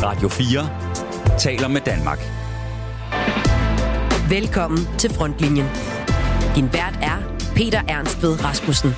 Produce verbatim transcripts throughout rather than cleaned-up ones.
Radio fire taler med Danmark. Velkommen til Frontlinjen. Din vært er Peter Ernstved Rasmussen.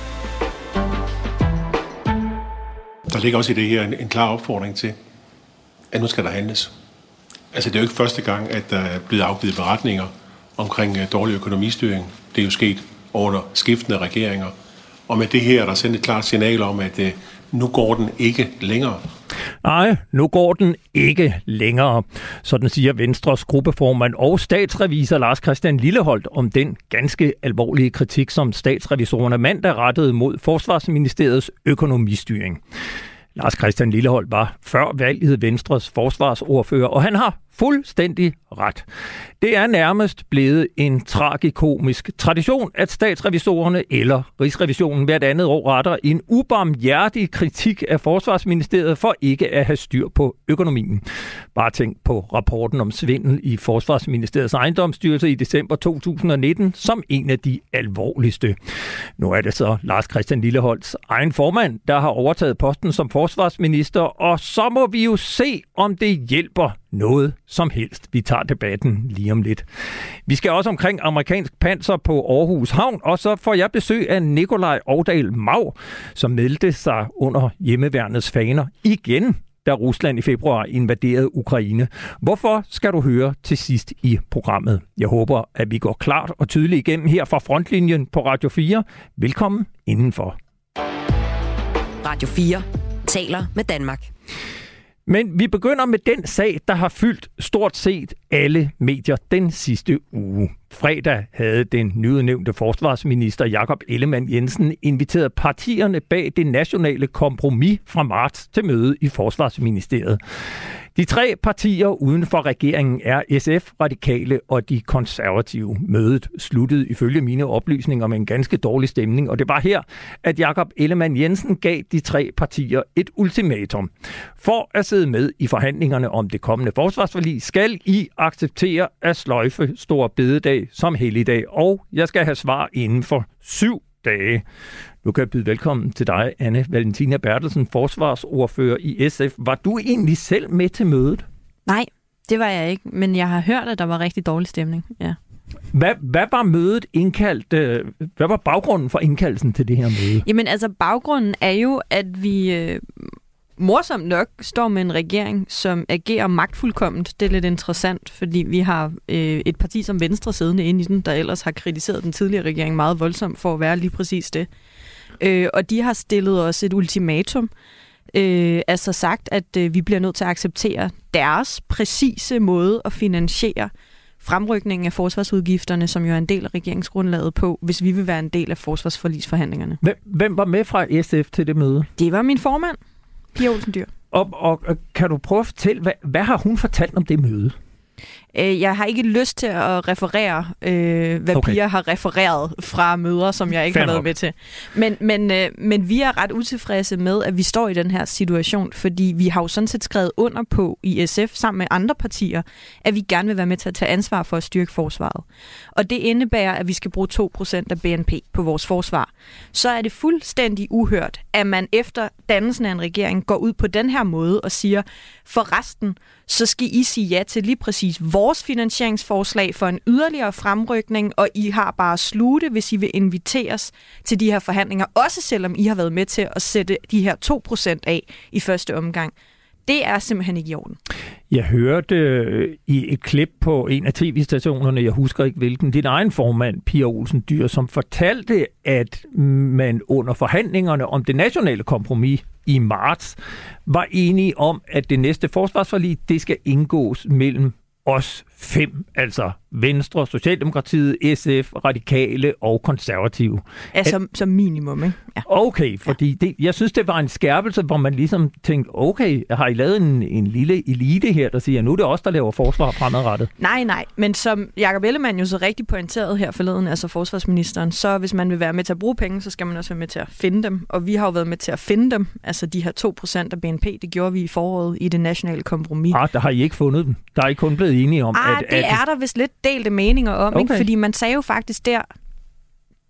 Der ligger også i det her en, en klar opfordring til, at nu skal der handles. Altså det er jo ikke første gang, at der er blevet afgivet beretninger omkring uh, dårlig økonomistyring. Det er jo sket under skiftende regeringer. Og med det her er der sendt et klart signal om, at uh, nu går den ikke længere. Nej, nu går den ikke længere. Sådan siger Venstres gruppeformand og statsrevisor Lars Christian Lilleholt om den ganske alvorlige kritik, som statsrevisorerne mandag rettede mod Forsvarsministeriets økonomistyring. Lars Christian Lilleholt var før valget Venstres forsvarsordfører, og han har fuldstændig ret. Det er nærmest blevet en tragikomisk tradition, at statsrevisorerne eller Rigsrevisionen hvert andet år retter en ubarmhjertig kritik af Forsvarsministeriet for ikke at have styr på økonomien. Bare tænk på rapporten om svindel i Forsvarsministeriets ejendomsstyrelse i december to tusind og nitten som en af de alvorligste. Nu er det så Lars Christian Lilleholts egen formand, der har overtaget posten som forsvarsminister, og så må vi jo se, om det hjælper noget som helst. Vi tager debatten lige om lidt. Vi skal også omkring amerikansk panser på Aarhus Havn, og så får jeg besøg af Nikolaj Ovdal Mau, som meldte sig under hjemmeværnets faner igen, da Rusland i februar invaderede Ukraine. Hvorfor skal du høre til sidst i programmet? Jeg håber, at vi går klart og tydeligt igennem her fra Frontlinjen på Radio fire. Velkommen indenfor. Radio fire taler med Danmark. Men vi begynder med den sag, der har fyldt stort set alle medier den sidste uge. Fredag havde den nyudnævnte forsvarsminister Jakob Ellemann-Jensen inviteret partierne bag det nationale kompromis fra marts til møde i Forsvarsministeriet. De tre partier uden for regeringen er S F, Radikale og de konservative. Mødet sluttede ifølge mine oplysninger med en ganske dårlig stemning, og det var her, at Jakob Ellemann-Jensen gav de tre partier et ultimatum. For at sidde med i forhandlingerne om det kommende forsvarsforlig, skal I acceptere at sløjfe Store Bededag som helligdag, og jeg skal have svar inden for syv dage. Nu kan jeg byde velkommen til dig, Anne Valentina Bertelsen, forsvarsordfører i S F. Var du egentlig selv med til mødet? Nej, det var jeg ikke, men jeg har hørt, at der var rigtig dårlig stemning. Ja. Hvad, hvad var mødet indkaldt? Hvad var baggrunden for indkaldelsen til det her møde? Jamen altså, baggrunden er jo, at vi øh, morsomt nok står med en regering, som agerer magtfuldkomment. Det er lidt interessant, fordi vi har øh, et parti som Venstre siddende inde i den, der ellers har kritiseret den tidligere regering meget voldsomt for at være lige præcis det. Øh, og de har stillet os et ultimatum, øh, altså sagt, at øh, vi bliver nødt til at acceptere deres præcise måde at finansiere fremrykningen af forsvarsudgifterne, som jo er en del af regeringsgrundlaget på, hvis vi vil være en del af forsvarsforligsforhandlingerne. Hvem, hvem var med fra S F til det møde? Det var min formand, Pia Olsen Dyhr. Og, og, og kan du prøve at fortælle, hvad, hvad har hun fortalt om det møde? Jeg har ikke lyst til at referere, øh, hvad okay. Pia har refereret fra møder, som jeg ikke Fair har været nok. med til. Men, men, øh, men vi er ret utilfredse med, at vi står i den her situation, fordi vi har jo sådan set skrevet under på i S F sammen med andre partier, at vi gerne vil være med til at tage ansvar for at styrke forsvaret. Og det indebærer, at vi skal bruge to procent af B N P på vores forsvar. Så er det fuldstændig uhørt, at man efter dannelsen af en regering går ud på den her måde og siger, for resten, så skal I sige ja til lige præcis vores finansieringsforslag for en yderligere fremrykning, og I har bare slutte, hvis I vil inviteres til de her forhandlinger, også selvom I har været med til at sætte de her to procent af i første omgang. Det er simpelthen ikke i orden. Jeg hørte øh, i et klip på en af tv-stationerne, jeg husker ikke hvilken, din egen formand, Pia Olsen Dyhr, som fortalte, at man under forhandlingerne om det nationale kompromis i marts var enige om, at det næste forsvarsforlig, det skal indgås mellem os fem, altså Venstre, Socialdemokratiet, S F, Radikale og Konservative. Ja, som, som minimum, ikke? Ja. Okay, fordi det, jeg synes, det var en skærpelse, hvor man ligesom tænkte, okay, har I lavet en, en lille elite her, der siger, nu er det os, der laver forsvar fremadrettet? Nej, nej, men som Jakob Ellemann jo så rigtig pointeret her forleden, altså forsvarsministeren, så hvis man vil være med til at bruge penge, så skal man også være med til at finde dem, og vi har jo været med til at finde dem, altså de her to procent af B N P, det gjorde vi i foråret i det nationale kompromis. Ah, der har I ikke fundet dem. Der er I kun blevet enige om, ah, at... det at... er der vist lidt delte meninger om, okay. Ikke? Fordi man sagde jo faktisk der,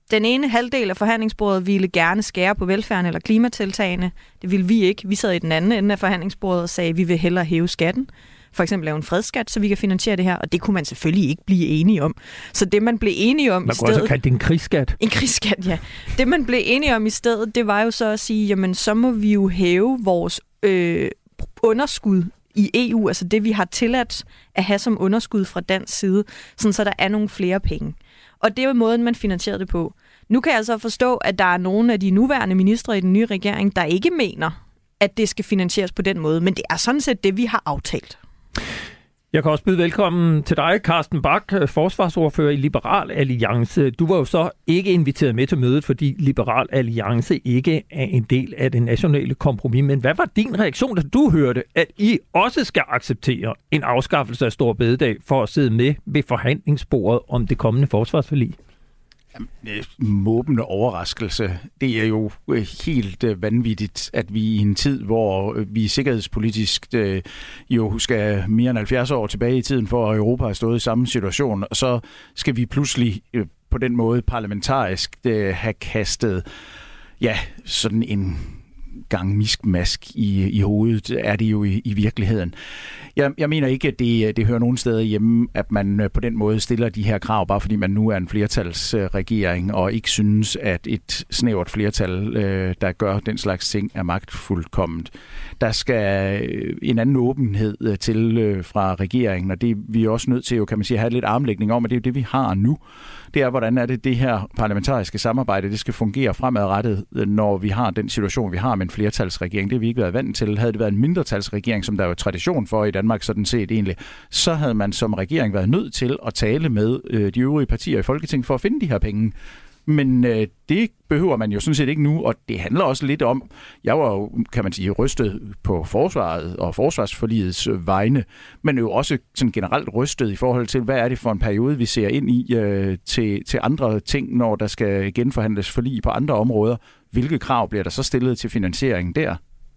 den ene halvdel af forhandlingsbordet ville gerne skære på velfærden eller klimatiltagene. Det ville vi ikke. Vi sad i den anden ende af forhandlingsbordet og sagde, at vi vil hellere hæve skatten. For eksempel lave en fredsskat, så vi kan finansiere det her, og det kunne man selvfølgelig ikke blive enige om. Så det, man blev enige om man i stedet... Man kunne også kalde det en krigsskat. En krigsskat, ja. Det, man blev enige om i stedet, det var jo så at sige, jamen, så må vi jo hæve vores øh, underskud i E U, altså det, vi har tilladt at have som underskud fra dansk side, sådan så der er nogle flere penge. Og det er jo måden, man finansierede det på. Nu kan jeg så forstå, at der er nogle af de nuværende ministre i den nye regering, der ikke mener, at det skal finansieres på den måde, men det er sådan set det, vi har aftalt. Jeg kan også byde velkommen til dig, Carsten Bach, forsvarsordfører i Liberal Alliance. Du var jo så ikke inviteret med til mødet, fordi Liberal Alliance ikke er en del af det nationale kompromis. Men hvad var din reaktion, da du hørte, at I også skal acceptere en afskaffelse af Store Bededag for at sidde med ved forhandlingsbordet om det kommende forsvarsforlig? Måbende overraskelse. Det er jo helt vanvittigt, at vi i en tid, hvor vi sikkerhedspolitisk jo skal mere end halvfjerds år tilbage i tiden, for at Europa har stået i samme situation, og så skal vi pludselig på den måde parlamentarisk have kastet ja, sådan en gang miskmask i, i hovedet, er det jo i, i virkeligheden. Jeg, jeg mener ikke, at det, det hører nogen steder hjemme, at man på den måde stiller de her krav, bare fordi man nu er en flertalsregering, og ikke synes, at et snævert flertal, der gør den slags ting, er magtfuldkomment. Der skal en anden åbenhed til fra regeringen, og det vi er også nødt til, jo, kan man sige, at have lidt armlægning om, at det er det, vi har nu. Det er, hvordan er det, det her parlamentariske samarbejde, det skal fungere fremadrettet, når vi har den situation, vi har med en flertalsregering. Det har vi ikke været vant til. Havde det været en mindretalsregering, som der er jo tradition for i Danmark, sådan set egentlig, så havde man som regering været nødt til at tale med øh, de øvrige partier i Folketinget for at finde de her penge. Men øh, det behøver man jo sådan set ikke nu, og det handler også lidt om, jeg var jo, kan man sige, rystet på forsvaret og forsvarsforligets vegne, men jo også sådan generelt rystet i forhold til, hvad er det for en periode, vi ser ind i øh, til, til andre ting, når der skal genforhandles forlig på andre områder. Hvilke krav bliver der så stillet til finansieringen der?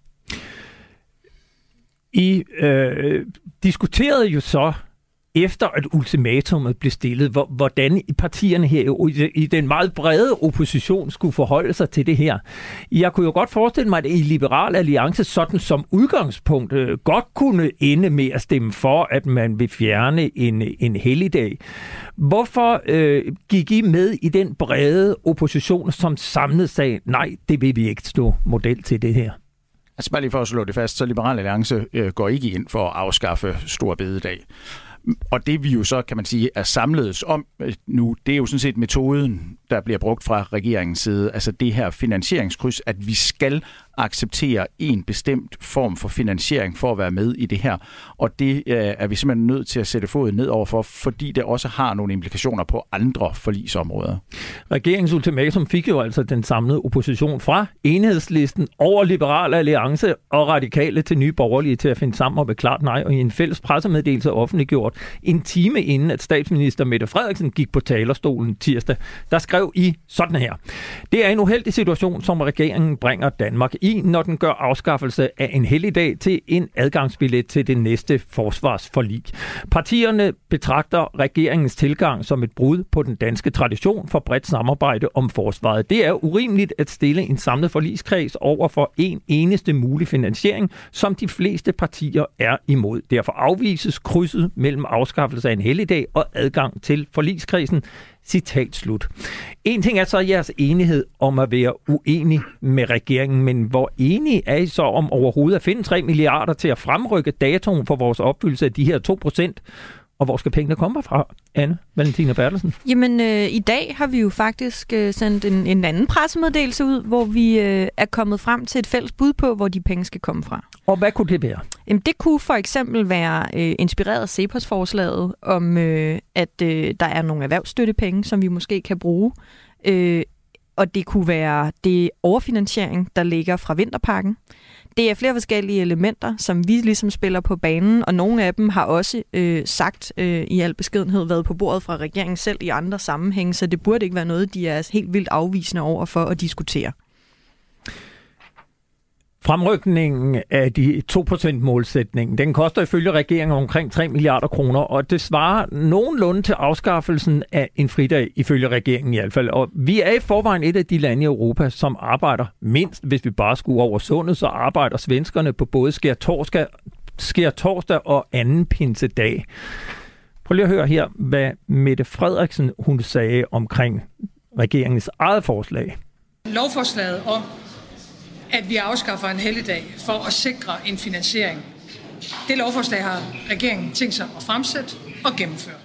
I øh, diskuterede jo så, efter at ultimatumet blev stillet, hvordan partierne her i den meget brede opposition skulle forholde sig til det her. Jeg kunne jo godt forestille mig, at i Liberal Alliance sådan som udgangspunkt øh, godt kunne ende med at stemme for, at man vil fjerne en, en helligdag. Hvorfor øh, gik I med i den brede opposition, som samlet sagde, nej, det vil vi ikke stå model til det her? Altså bare lige for at slå det fast, så Liberal Alliance øh, går ikke ind for at afskaffe Store Bededag. Og det vi jo så, kan man sige, er samledes om nu, det er jo sådan set metoden, der bliver brugt fra regeringens side. Altså det her finansieringskryds, at vi skal acceptere en bestemt form for finansiering for at være med i det her. Og det øh, er vi simpelthen nødt til at sætte foden ned overfor, fordi det også har nogle implikationer på andre forligsområder. Regeringens ultimatum fik jo altså den samlede opposition fra Enhedslisten over Liberal Alliance og Radikale til Nye Borgerlige til at finde sammen og beklart nej, og i en fælles pressemeddelelse offentliggjort en time inden, at statsminister Mette Frederiksen gik på talerstolen tirsdag, der skrev I sådan her. Det er en uheldig situation, som regeringen bringer Danmark i, når den gør afskaffelse af en helligdag til en adgangsbillet til det næste forsvarsforlig. Partierne betragter regeringens tilgang som et brud på den danske tradition for bredt samarbejde om forsvaret. Det er urimeligt at stille en samlet forligskreds over for en eneste mulig finansiering, som de fleste partier er imod. Derfor afvises krydset mellem afskaffelse af en helligdag og adgang til forligskredsen. Citat slut. En ting er så jeres enighed om at være uenig med regeringen, men hvor enige er I så om overhovedet at finde tre milliarder til at fremrykke datoen for vores opfyldelse af de her to procent? Og hvor skal pengene komme fra, Anne Valentina Bertelsen? Jamen, øh, i dag har vi jo faktisk øh, sendt en, en anden pressemeddelelse ud, hvor vi øh, er kommet frem til et fælles bud på, hvor de penge skal komme fra. Og hvad kunne det være? Jamen, det kunne for eksempel være øh, inspireret af CEPOS-forslaget om, øh, at øh, der er nogle erhvervsstøttepenge, som vi måske kan bruge. Øh, og det kunne være det overfinansiering, der ligger fra vinterpakken. Det er flere forskellige elementer, som vi ligesom spiller på banen, og nogle af dem har også øh, sagt øh, i al beskedenhed været på bordet fra regeringen selv i andre sammenhænge, så det burde ikke være noget, de er helt vildt afvisende over for at diskutere. Fremrykningen af de to procent målsætningen, den koster ifølge regeringen omkring tre milliarder kroner, og det svarer nogenlunde til afskaffelsen af en fridag, ifølge regeringen i hvert fald. Og vi er i forvejen et af de lande i Europa, som arbejder mindst. Hvis vi bare skuer over sundet, så arbejder svenskerne på både skærtorsdag, skærtorsdag og anden pinsedag. Prøv lige at høre her, hvad Mette Frederiksen hun sagde omkring regeringens eget forslag. Lovforslaget om, at vi afskaffer en helligdag for at sikre en finansiering. Det lovforslag har regeringen tænkt sig at fremsætte og gennemføre.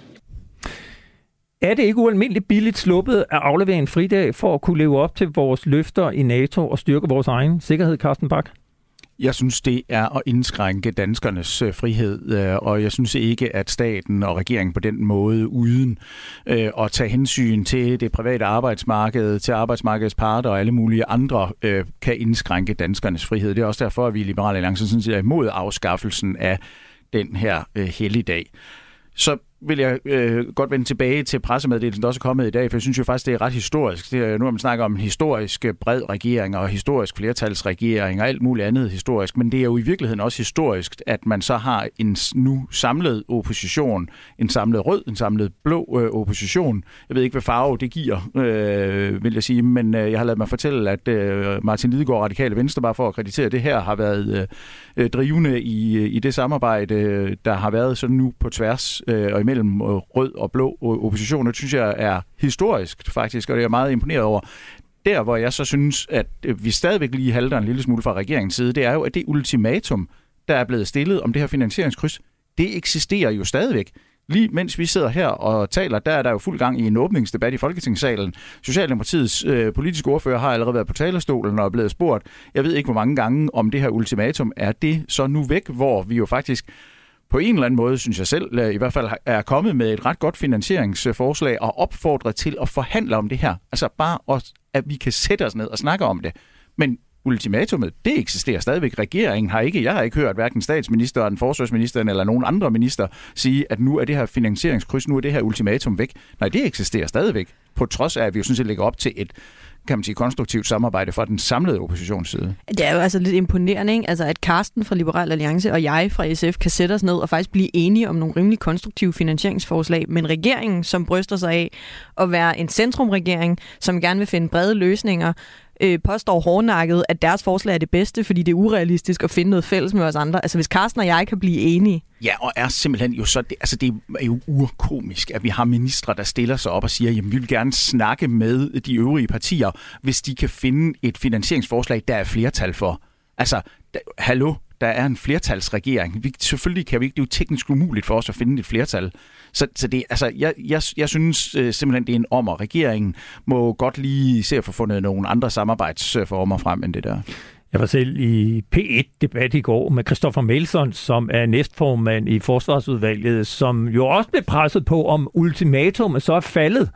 Er det ikke ualmindeligt billigt sluppet at aflevere en fridag for at kunne leve op til vores løfter i NATO og styrke vores egen sikkerhed, Carsten Bach? Jeg synes, det er at indskrænke danskernes frihed, og jeg synes ikke, at staten og regeringen på den måde, uden øh, at tage hensyn til det private arbejdsmarked, til arbejdsmarkedets parter og alle mulige andre, øh, kan indskrænke danskernes frihed. Det er også derfor, at vi i Liberal Alliance synes, er imod afskaffelsen af den her øh, helligdag. Så vil jeg øh, godt vende tilbage til pressemeddelelsen, der også er kommet i dag, for jeg synes jo faktisk, det er ret historisk. Det er, nu har man snakket om en historisk bred regering og historisk flertalsregering og alt muligt andet historisk, men det er jo i virkeligheden også historisk, at man så har en nu samlet opposition, en samlet rød, en samlet blå øh, opposition. Jeg ved ikke, hvad farve det giver, øh, vil jeg sige, men øh, jeg har ladet mig fortælle, at øh, Martin Lidegaard, Radikale Venstre, bare for at kreditere det her, har været øh, drivende i, i det samarbejde, der har været sådan nu på tværs øh, og mellem rød og blå opposition. Det synes jeg er historisk faktisk, og det er jeg meget imponeret over. Der, hvor jeg så synes, at vi stadigvæk lige halter en lille smule fra regeringens side, det er jo, at det ultimatum, der er blevet stillet om det her finansieringskryds, det eksisterer jo stadigvæk. Lige mens vi sidder her og taler, der er der jo fuld gang i en åbningsdebat i Folketingssalen. Socialdemokratiets øh, politiske ordfører har allerede været på talerstolen og er blevet spurgt. Jeg ved ikke, hvor mange gange om det her ultimatum er det så nu væk, hvor vi jo faktisk på en eller anden måde, synes jeg selv, i hvert fald er kommet med et ret godt finansieringsforslag og opfordret til at forhandle om det her. Altså bare, også, at vi kan sætte os ned og snakke om det. Men ultimatumet, det eksisterer stadigvæk. Regeringen har ikke, jeg har ikke hørt hverken statsministeren, forsvarsministeren eller nogen andre minister sige, at nu er det her finansieringskryds, nu er det her ultimatum væk. Nej, det eksisterer stadigvæk. På trods af, at vi jo sådan set lægger op til et, kan man sige, konstruktivt samarbejde fra den samlede oppositionsside. Det er jo altså lidt imponerende, ikke? Altså, at Carsten fra Liberal Alliance og jeg fra S F kan sætte os ned og faktisk blive enige om nogle rimelig konstruktive finansieringsforslag, men regeringen, som bryster sig af at være en centrumregering, som gerne vil finde brede løsninger, øh, påstår hårdnakket, at deres forslag er det bedste, fordi det er urealistisk at finde noget fælles med os andre. Altså, hvis Carsten og jeg kan blive enige. Ja, og er simpelthen jo så, det, altså det er jo urkomisk, at vi har ministre, der stiller sig op og siger, jamen vi vil gerne snakke med de øvrige partier, hvis de kan finde et finansieringsforslag, der er flertal for. Altså, der, hallo, der er en flertalsregering. Vi, selvfølgelig kan vi ikke, det er jo teknisk umuligt for os at finde et flertal. Så, så det, altså, jeg, jeg, jeg synes øh, simpelthen, det er en ommer. Regeringen må godt lige se at få fundet nogle andre samarbejdsformer frem end det der. Jeg var selv i P et-debat i går med Christoffer Melson, som er næstformand i Forsvarsudvalget, som jo også blev presset på, om ultimatumet så er faldet.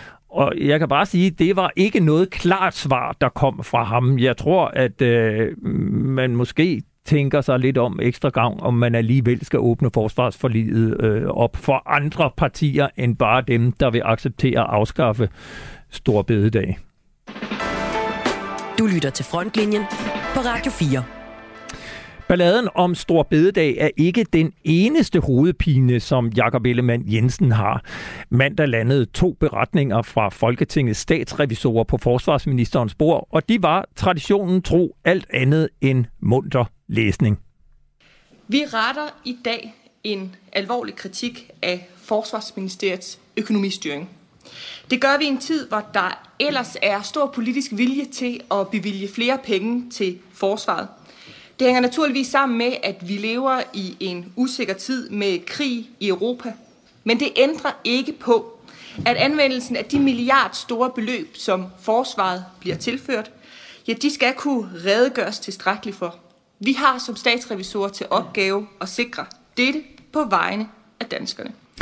Og jeg kan bare sige, at det var ikke noget klart svar, der kom fra ham. Jeg tror, at øh, man måske tænker sig lidt om ekstra gang, om man alligevel skal åbne forsvarsforliget øh, op for andre partier, end bare dem, der vil acceptere at afskaffe Store Bededag. Du lytter til Frontlinjen på Radio fire. Balladen om Store Bededag er ikke den eneste hovedpine, som Jakob Ellemann-Jensen har. Mandag landede to beretninger fra Folketingets statsrevisorer på forsvarsministerens bord, og de var traditionen tro alt andet end munter læsning. Vi retter i dag en alvorlig kritik af Forsvarsministeriets økonomistyring. Det gør vi i en tid, hvor der ellers er stor politisk vilje til at bevilge flere penge til forsvaret. Det hænger naturligvis sammen med, at vi lever i en usikker tid med krig i Europa. Men det ændrer ikke på, at anvendelsen af de milliardstore beløb, som forsvaret bliver tilført, ja, de skal kunne redegøres tilstrækkeligt for. Vi har som statsrevisorer til opgave at sikre dette på vegne af danskerne.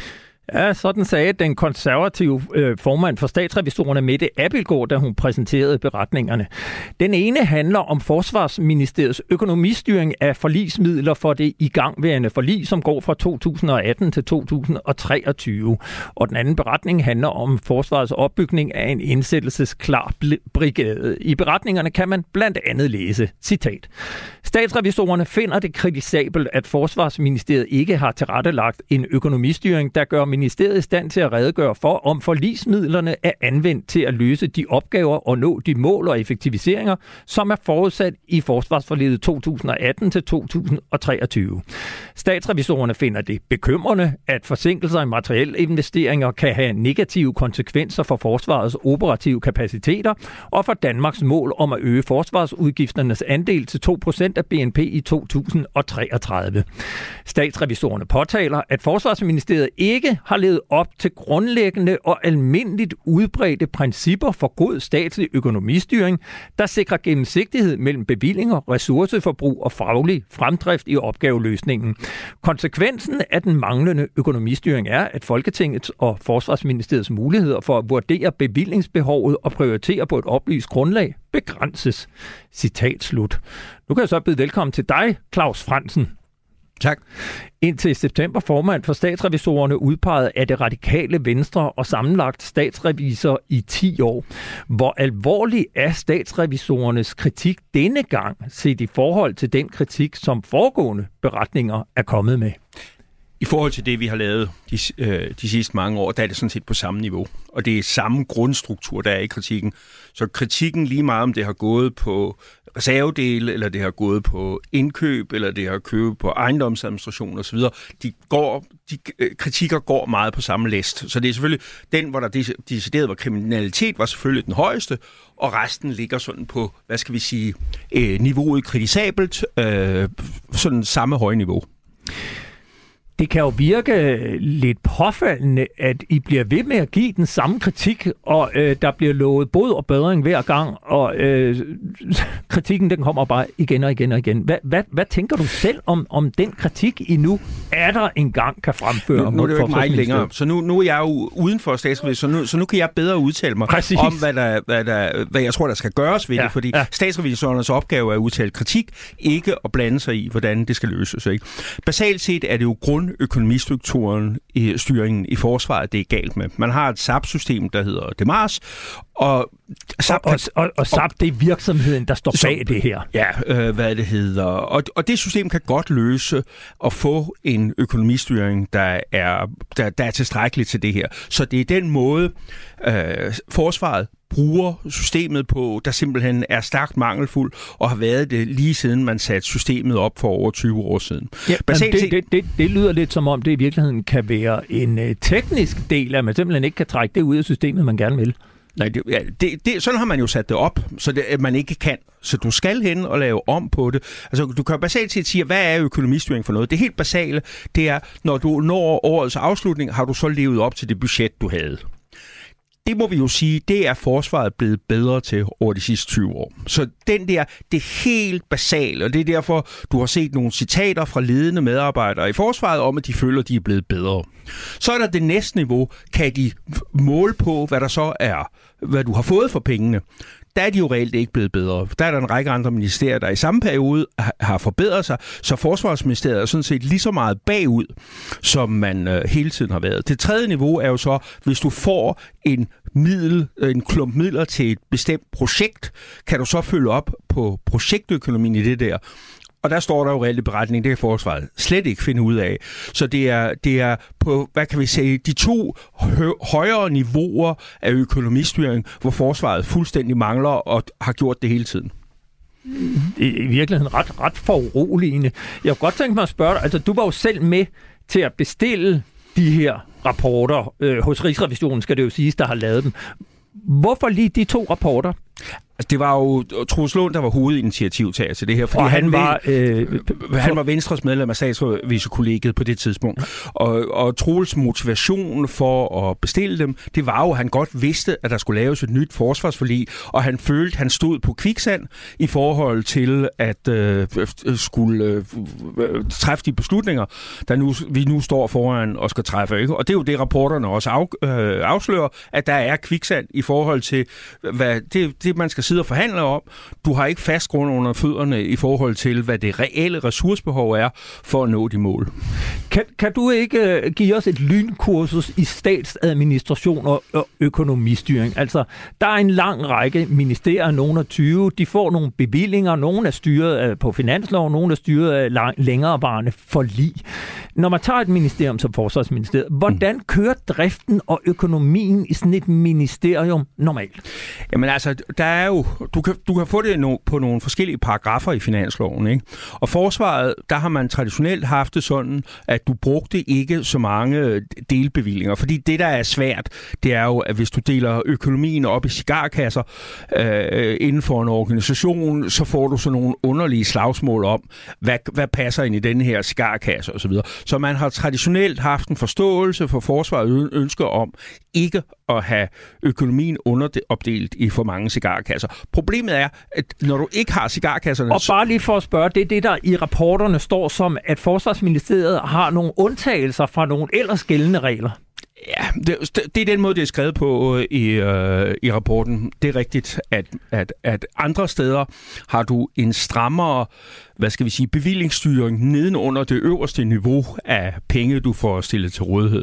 Ja, sådan sagde den konservative øh, formand for statsrevisorerne, Mette Abildgaard, da hun præsenterede beretningerne. Den ene handler om Forsvarsministeriets økonomistyring af forligsmidler for det igangværende forlig, som går fra to tusind og atten til to tusind og treogtyve. Og den anden beretning handler om Forsvarets opbygning af en indsættelsesklar brigade. I beretningerne kan man blandt andet læse, citat: Statsrevisorerne finder det kritisabelt, at Forsvarsministeriet ikke har tilrettelagt en økonomistyring, der gør ministeriet i stand til at redegøre for, om forligsmidlerne er anvendt til at løse de opgaver og nå de mål og effektiviseringer, som er forudsat i Forsvarsforliget to tusind og atten til to tusind og treogtyve. Statsrevisorerne finder det bekymrende, at forsinkelser i materielle investeringer kan have negative konsekvenser for forsvarets operative kapaciteter og for Danmarks mål om at øge forsvarsudgifternes andel til to procent af B N P i to tusind og treogtredive. Statsrevisorerne påtaler, at Forsvarsministeriet ikke har levet op til grundlæggende og almindeligt udbredte principper for god statslig økonomistyring, der sikrer gennemsigtighed mellem bevillinger, ressourceforbrug og faglig fremdrift i opgaveløsningen. Konsekvensen af den manglende økonomistyring er, at Folketingets og Forsvarsministeriets muligheder for at vurdere bevillingsbehovet og prioritere på et oplyst grundlag begrænses. Citat slut. Nu kan jeg så byde velkommen til dig, Claus Frandsen. Tak. Indtil september formand for statsrevisorerne udpeget af det radikale Venstre og sammenlagt statsrevisor i ti år. Hvor alvorlig er statsrevisorernes kritik denne gang set i forhold til den kritik, som foregående beretninger er kommet med? I forhold til det, vi har lavet de, øh, de sidste mange år, der er det sådan set på samme niveau. Og det er samme grundstruktur, der er i kritikken. Så kritikken lige meget, om det har gået på reservedele, eller det har gået på indkøb, eller det har købt på ejendomsadministration osv., de, går, de øh, kritikker går meget på samme læst. Så det er selvfølgelig den, hvor der decideret var kriminalitet, var selvfølgelig den højeste, og resten ligger sådan på, hvad skal vi sige, øh, niveauet kritisabelt, øh, sådan samme høje niveau. Det kan jo virke lidt påfaldende, at I bliver ved med at give den samme kritik, og øh, der bliver lovet bod og bedring hver gang, og øh, kritikken den kommer bare igen og igen og igen. Hvad, hvad, hvad tænker du selv om, om den kritik, I nu er der engang kan fremføre? Nu, nu er det jo ikke meget længere, så nu, nu er jeg jo uden for statsrevisor, så nu, så nu kan jeg bedre udtale mig Præcis. om, hvad, der, hvad, der, hvad jeg tror, der skal gøres ved ja, det, fordi ja. statsrevisorernes opgave er at udtale kritik, ikke at blande sig i, hvordan det skal løses. Ikke? Basalt set er det jo grund økonomistrukturen i styringen i forsvaret, det er galt med. Man har et S A P-system, der hedder DEMARS, og S A P, og, og, og S A P, det er virksomheden, der står bag det her. Ja, øh, hvad det hedder. Og, og det system kan godt løse at få en økonomistyring, der er, der, der er tilstrækkelig til det her. Så det er den måde, øh, forsvaret bruger systemet på, der simpelthen er stærkt mangelfuld, og har været det lige siden man satte systemet op for over tyve år siden. Ja, det, det, det, det lyder lidt som om, det i virkeligheden kan være en uh, teknisk del, at man simpelthen ikke kan trække det ud af systemet, man gerne vil. Nej, det, ja, det, det, sådan har man jo sat det op, så det, at man ikke kan. Så du skal hen og lave om på det. Altså, du kan basalt set sige, hvad er økonomistyring for noget? Det helt basale, det er, når du når årets afslutning, har du så levet op til det budget, du havde. Det må vi jo sige, det er forsvaret blevet bedre til over de sidste tyve år. Så den der, det er helt basalt, og det er derfor, du har set nogle citater fra ledende medarbejdere i forsvaret om, at de føler, at de er blevet bedre. Så er der det næste niveau, kan de måle på, hvad der så er, hvad du har fået for pengene. Der er de jo reelt ikke blevet bedre. Der er der en række andre ministerier, der i samme periode har forbedret sig, så Forsvarsministeriet er sådan set lige så meget bagud, som man øh, hele tiden har været. Det tredje niveau er jo så, hvis du får en middel, en klump midler til et bestemt projekt, kan du så følge op på projektøkonomien i det der. Og der står der jo reelt i beretningen, det kan forsvaret slet ikke finde ud af. Så det er, det er på, hvad kan vi sige, de to hø- højere niveauer af økonomistyring, hvor forsvaret fuldstændig mangler og har gjort det hele tiden. Det er i virkeligheden ret, ret foruroligende. Jeg kunne godt tænke mig at spørge dig, altså du var jo selv med til at bestille de her rapporter øh, hos Rigsrevisionen, skal det jo siges, der har lavet dem. Hvorfor lige de to rapporter? Altså, det var jo Troels Lund, der var hovedinitiativtager til det her, fordi og han, han var øh, han var Venstres medlem af statsrevisorkollegiet på det tidspunkt. Og, og Troels motivation for at bestille dem, det var jo, at han godt vidste, at der skulle laves et nyt forsvarsforlig, og han følte, at han stod på kviksand i forhold til at øh, skulle øh, træffe de beslutninger, der nu, vi nu står foran og skal træffe. Ikke? Og det er jo det, rapporterne også af, øh, afslører, at der er kviksand i forhold til, hvad det, det man skal sidde og forhandle om. Du har ikke fast grund under fødderne i forhold til, hvad det reelle ressourcebehov er for at nå de mål. Kan, kan du ikke uh, give os et lynkursus i statsadministration og, og økonomistyring? Altså, der er en lang række ministerier, nogle af tyve, de får nogle bevillinger, nogle er styret uh, på finanslov, nogle er styret af lang, længerevarende forlig. Når man tager et ministerium som Forsvarsministeriet, hvordan mm. kører driften og økonomien i sådan et ministerium normalt? Jamen altså, der er jo, du kan, du kan få det no, på nogle forskellige paragrafer i finansloven, ikke? Og forsvaret, der har man traditionelt haft det sådan, at du brugte ikke så mange delbevillinger, fordi det, der er svært, det er jo, at hvis du deler økonomien op i cigarkasser øh, inden for en organisation, så får du sådan nogle underlige slagsmål om, hvad, hvad passer ind i denne her cigarkasse osv. Så man har traditionelt haft en forståelse for forsvaret ønsker om ikke at have økonomien underopdelt i for mange cigarkasser. Problemet er, at når du ikke har cigarkasserne... Og bare lige for at spørge, det er det, der i rapporterne står som, at Forsvarsministeriet har nogle undtagelser fra nogle ellers gældende regler. Ja, det, det er den måde, det er skrevet på i, øh, i rapporten. Det er rigtigt, at, at, at andre steder har du en strammere, hvad skal vi sige, bevillingsstyring nedenunder det øverste niveau af penge, du får stillet til rådighed.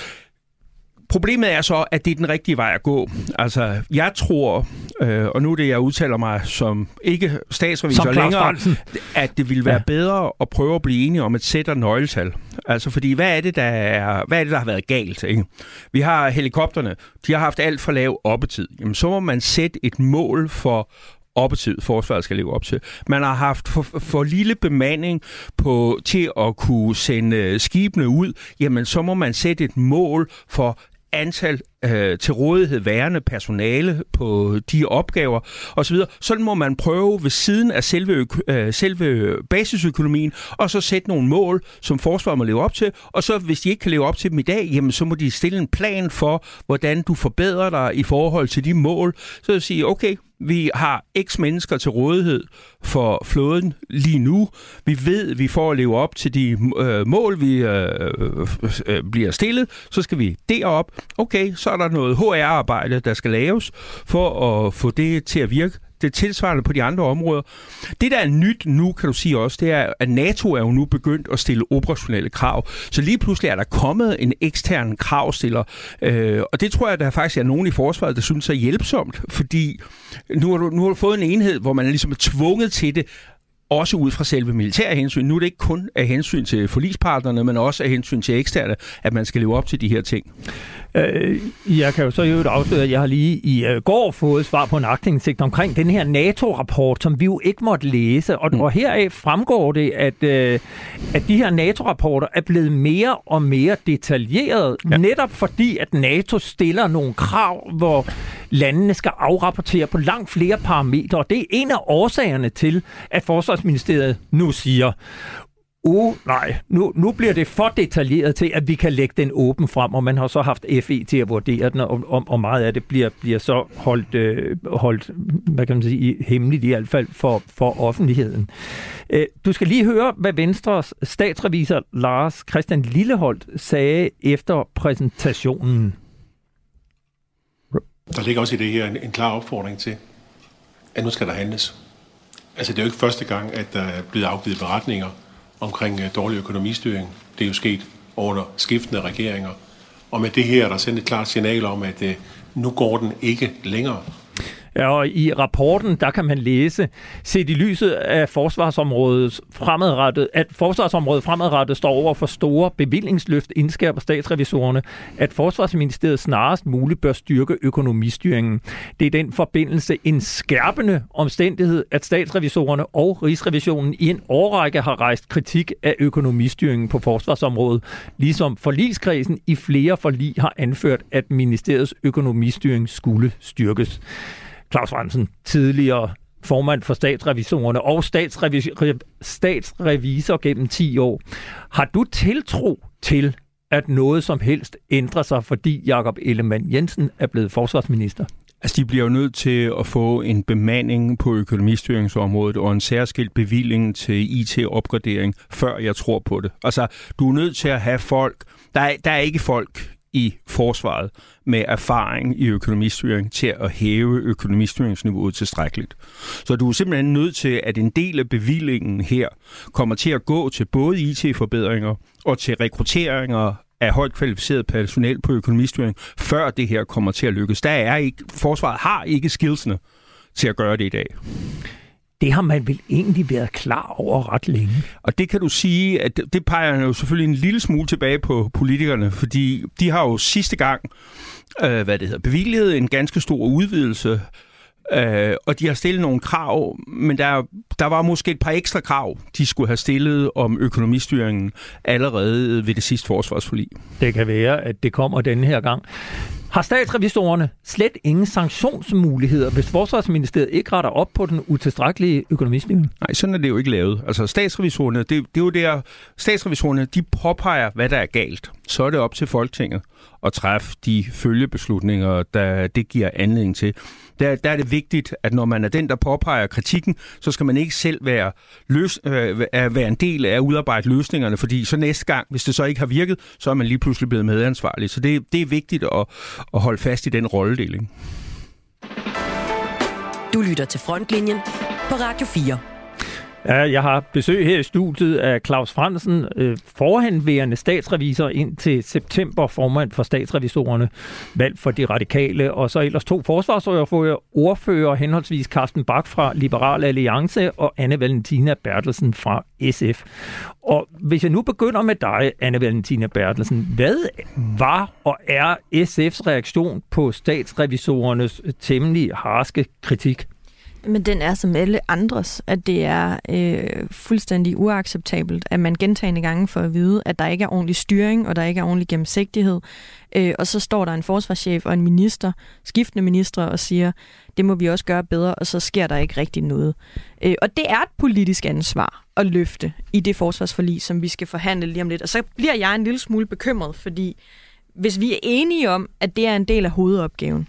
Problemet er så, at det er den rigtige vej at gå. Altså, jeg tror, øh, og nu er det, jeg udtaler mig som ikke statsrevisor længere, at det ville være ja. bedre at prøve at blive enige om et sæt af nøgletal. Altså, fordi hvad er det, der, er, hvad er det, der har været galt? Ikke? Vi har helikopterne, de har haft alt for lav oppetid. Jamen, så må man sætte et mål for oppetid, forsvaret skal leve op til. Man har haft for, for lille bemanding på, til at kunne sende skibene ud. Jamen, så må man sætte et mål for antal øh, til rådighed værende personale på de opgaver osv. Sådan må man prøve ved siden af selve, øh, selve basisøkonomien, og så sætte nogle mål, som forsvaret må leve op til, og så hvis de ikke kan leve op til dem i dag, jamen så må de stille en plan for, hvordan du forbedrer dig i forhold til de mål. Så at sige, okay, vi har x mennesker til rådighed for flåden lige nu. Vi ved, at vi får at leve op til de øh, mål, vi øh, øh, bliver stillet. Så skal vi derop. Okay, så er der noget H R-arbejde, der skal laves for at få det til at virke. Det er tilsvarende på de andre områder. Det, der er nyt nu, kan du sige også, det er, at NATO er jo nu begyndt at stille operationelle krav. Så lige pludselig er der kommet en ekstern kravstiller. Øh, og det tror jeg, der faktisk er nogen i forsvaret, der synes er hjælpsomt. Fordi nu har, du, nu har du fået en enhed, hvor man er ligesom tvunget til det, også ud fra selve militære hensyn. Nu er det ikke kun af hensyn til forligspartnerne, men også af hensyn til eksterne, at man skal leve op til de her ting. Øh, jeg kan jo så jo afsløre, at jeg har lige i uh, går fået svar på en aktindsigt omkring den her NATO-rapport, som vi jo ikke måtte læse. Og, mm. og heraf fremgår det, at, uh, at de her NATO-rapporter er blevet mere og mere detaljeret, ja. netop fordi, at NATO stiller nogle krav, hvor landene skal afrapportere på langt flere parametre. Og det er en af årsagerne til, at Forsvarsministeriet nu siger, Uh, nej, nu, nu bliver det for detaljeret til, at vi kan lægge den åben frem, og man har så haft F E til at vurdere den, og, og, og meget af det bliver, bliver så holdt, øh, holdt, hvad kan man sige, hemmeligt i hvert fald for, for offentligheden. Øh, du skal lige høre, hvad Venstres statsrevisor Lars Christian Lilleholt sagde efter præsentationen. Der ligger også i det her en, en klar opfordring til, at nu skal der handles. Altså, det er jo ikke første gang, at der er blevet afgivet beretninger omkring uh, dårlig økonomistyring. Det er jo sket under skiftende regeringer. Og med det her er der sendt et klart signal om, at uh, nu går den ikke længere. Ja, og i rapporten, der kan man læse, set i lyset af forsvarsområdet fremadrettet, at forsvarsområdet fremadrettet står over for store bevillingsløft, indskærper statsrevisorerne, at Forsvarsministeriet snarest muligt bør styrke økonomistyringen. Det er den forbindelse en skærpende omstændighed, at statsrevisorerne og Rigsrevisionen i en årrække har rejst kritik af økonomistyringen på forsvarsområdet, ligesom forligskredsen i flere forlig har anført, at ministeriets økonomistyring skulle styrkes. Claus Frandsen, tidligere formand for statsrevisorerne og statsrevi- statsrevisor gennem ti år. Har du tiltro til, at noget som helst ændrer sig, fordi Jakob Ellemann-Jensen er blevet forsvarsminister? Altså, de bliver jo nødt til at få en bemanding på økonomistyringsområdet og en særskilt bevilling til I T-opgradering, før jeg tror på det. Altså, du er nødt til at have folk. Der er, der er ikke folk i forsvaret med erfaring i økonomistyring til at hæve økonomistyringsniveauet tilstrækkeligt. Så du er simpelthen nødt til, at en del af bevillingen her kommer til at gå til både I T-forbedringer og til rekrutteringer af højt kvalificeret personel på økonomistyring, før det her kommer til at lykkes. Der er ikke, forsvaret har ikke skillsene til at gøre det i dag. Det har man vel egentlig været klar over ret længe. Og det kan du sige, at det peger jo selvfølgelig en lille smule tilbage på politikerne, fordi de har jo sidste gang øh, hvad det hedder, bevilget en ganske stor udvidelse, øh, og de har stillet nogle krav, men der, der var måske et par ekstra krav, de skulle have stillet om økonomistyringen allerede ved det sidste forsvarsforlig. Det kan være, at det kommer denne her gang. Har statsrevisorerne slet ingen sanktionsmuligheder, hvis Forsvarsministeriet ikke retter op på den utilstrækkelige økonomistyring? Nej, sådan er det jo ikke lavet. Altså statsrevisorerne, det, det er jo der, statsrevisorerne, de påpeger, hvad der er galt. Så er det op til Folketinget at træffe de følgebeslutninger, der det giver anledning til. Der, der er det vigtigt, at når man er den, der påpeger kritikken, så skal man ikke selv være, løs, øh, være en del af at udarbejde løsningerne, fordi så næste gang, hvis det så ikke har virket, så er man lige pludselig blevet medansvarlig. Så det, det er vigtigt at, at holde fast i den rolledeling. Du lytter til Frontlinjen på Radio fire. Ja, jeg har besøg her i studiet af Claus Frandsen, øh, forhenværende statsrevisor indtil september, formand for statsrevisorerne, valgt for de radikale, og så ellers to forsvarsordfører, henholdsvis Carsten Bach fra Liberal Alliance og Anne Valentina Bertelsen fra S F. Og hvis jeg nu begynder med dig, Anne Valentina Bertelsen, hvad var og er S F's reaktion på statsrevisorernes temmelig harske kritik? Men den er som alle andres, at det er øh, fuldstændig uacceptabelt, at man gentagne gange får at vide, at der ikke er ordentlig styring, og der ikke er ordentlig gennemsigtighed. Øh, og så står der en forsvarschef og en minister, skiftende ministre, og siger, det må vi også gøre bedre, og så sker der ikke rigtig noget. Øh, og det er et politisk ansvar at løfte i det forsvarsforlig, som vi skal forhandle lige om lidt. Og så bliver jeg en lille smule bekymret, fordi hvis vi er enige om, at det er en del af hovedopgaven,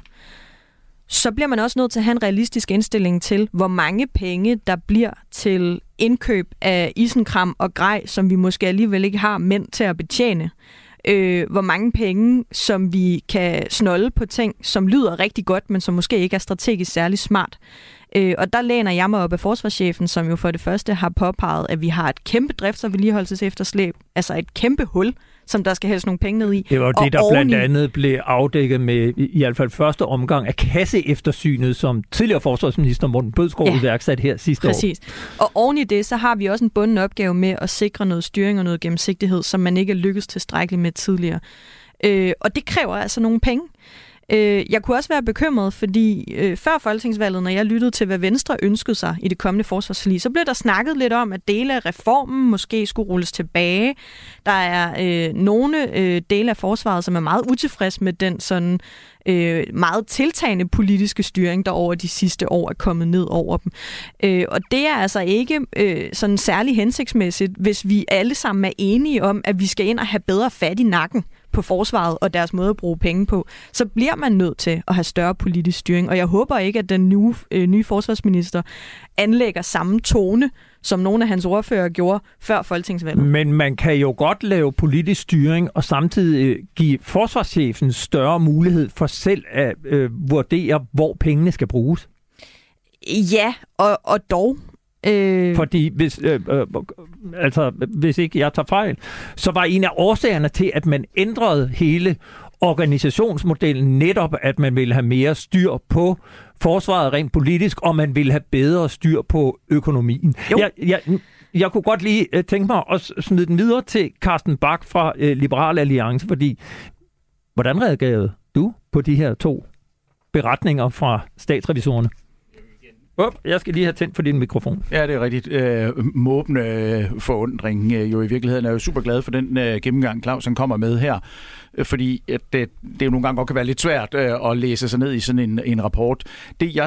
så bliver man også nødt til at have en realistisk indstilling til, hvor mange penge, der bliver til indkøb af isenkram og grej, som vi måske alligevel ikke har mænd til at betjene. Øh, hvor mange penge, som vi kan snolde på ting, som lyder rigtig godt, men som måske ikke er strategisk særlig smart. Øh, og der læner jeg mig op af forsvarschefen, som jo for det første har påpeget, at vi har et kæmpe drifts- og vedligeholdelsesefterslæb, altså et kæmpe hul, som der skal hældes nogle penge ned i. Det var det, der oveni... blandt andet blev afdækket med i hvert fald første omgang af kasseeftersynet, som tidligere forsvarsminister Morten Bødskov ja, iværksat her sidste præcis. år. Og oven i det, så har vi også en bunden opgave med at sikre noget styring og noget gennemsigtighed, som man ikke er lykkedes tilstrækkeligt med tidligere. Øh, og det kræver altså nogle penge. Jeg kunne også være bekymret, fordi øh, før folketingsvalget, når jeg lyttede til, hvad Venstre ønskede sig i det kommende forsvarsforlig, så blev der snakket lidt om, at dele af reformen måske skulle rulles tilbage. Der er øh, nogle øh, dele af forsvaret, som er meget utilfreds med den sådan øh, meget tiltagende politiske styring, der over de sidste år er kommet ned over dem. Øh, og det er altså ikke øh, sådan særlig hensigtsmæssigt, hvis vi alle sammen er enige om, at vi skal ind og have bedre fat i nakken på forsvaret og deres måde at bruge penge på, så bliver man nødt til at have større politisk styring. Og jeg håber ikke, at den nye, øh, nye forsvarsminister anlægger samme tone, som nogle af hans ordfører gjorde før folketingsvalget. Men man kan jo godt lave politisk styring og samtidig give forsvarschefen større mulighed for selv at øh, vurdere, hvor pengene skal bruges. Ja, og, og dog... Øh... Fordi hvis, øh, øh, altså, hvis ikke jeg tager fejl, så var en af årsagerne til, at man ændrede hele organisationsmodellen netop, at man ville have mere styr på forsvaret rent politisk, og man ville have bedre styr på økonomien. Jeg, jeg, jeg kunne godt lige uh, tænke mig at smide den videre til Carsten Bach fra uh, Liberal Alliance, fordi hvordan reagerede du på de her to beretninger fra statsrevisorerne? Op, jeg skal lige have tændt for din mikrofon. Ja, det er rigtigt. Øh, måbende øh, forundring. Øh, jo i virkeligheden er jeg jo super glad for den øh, gennemgang, Claus han kommer med her. Øh, fordi at det, det jo nogle gange godt kan være lidt svært øh, at læse sig ned i sådan en, en rapport. Det jeg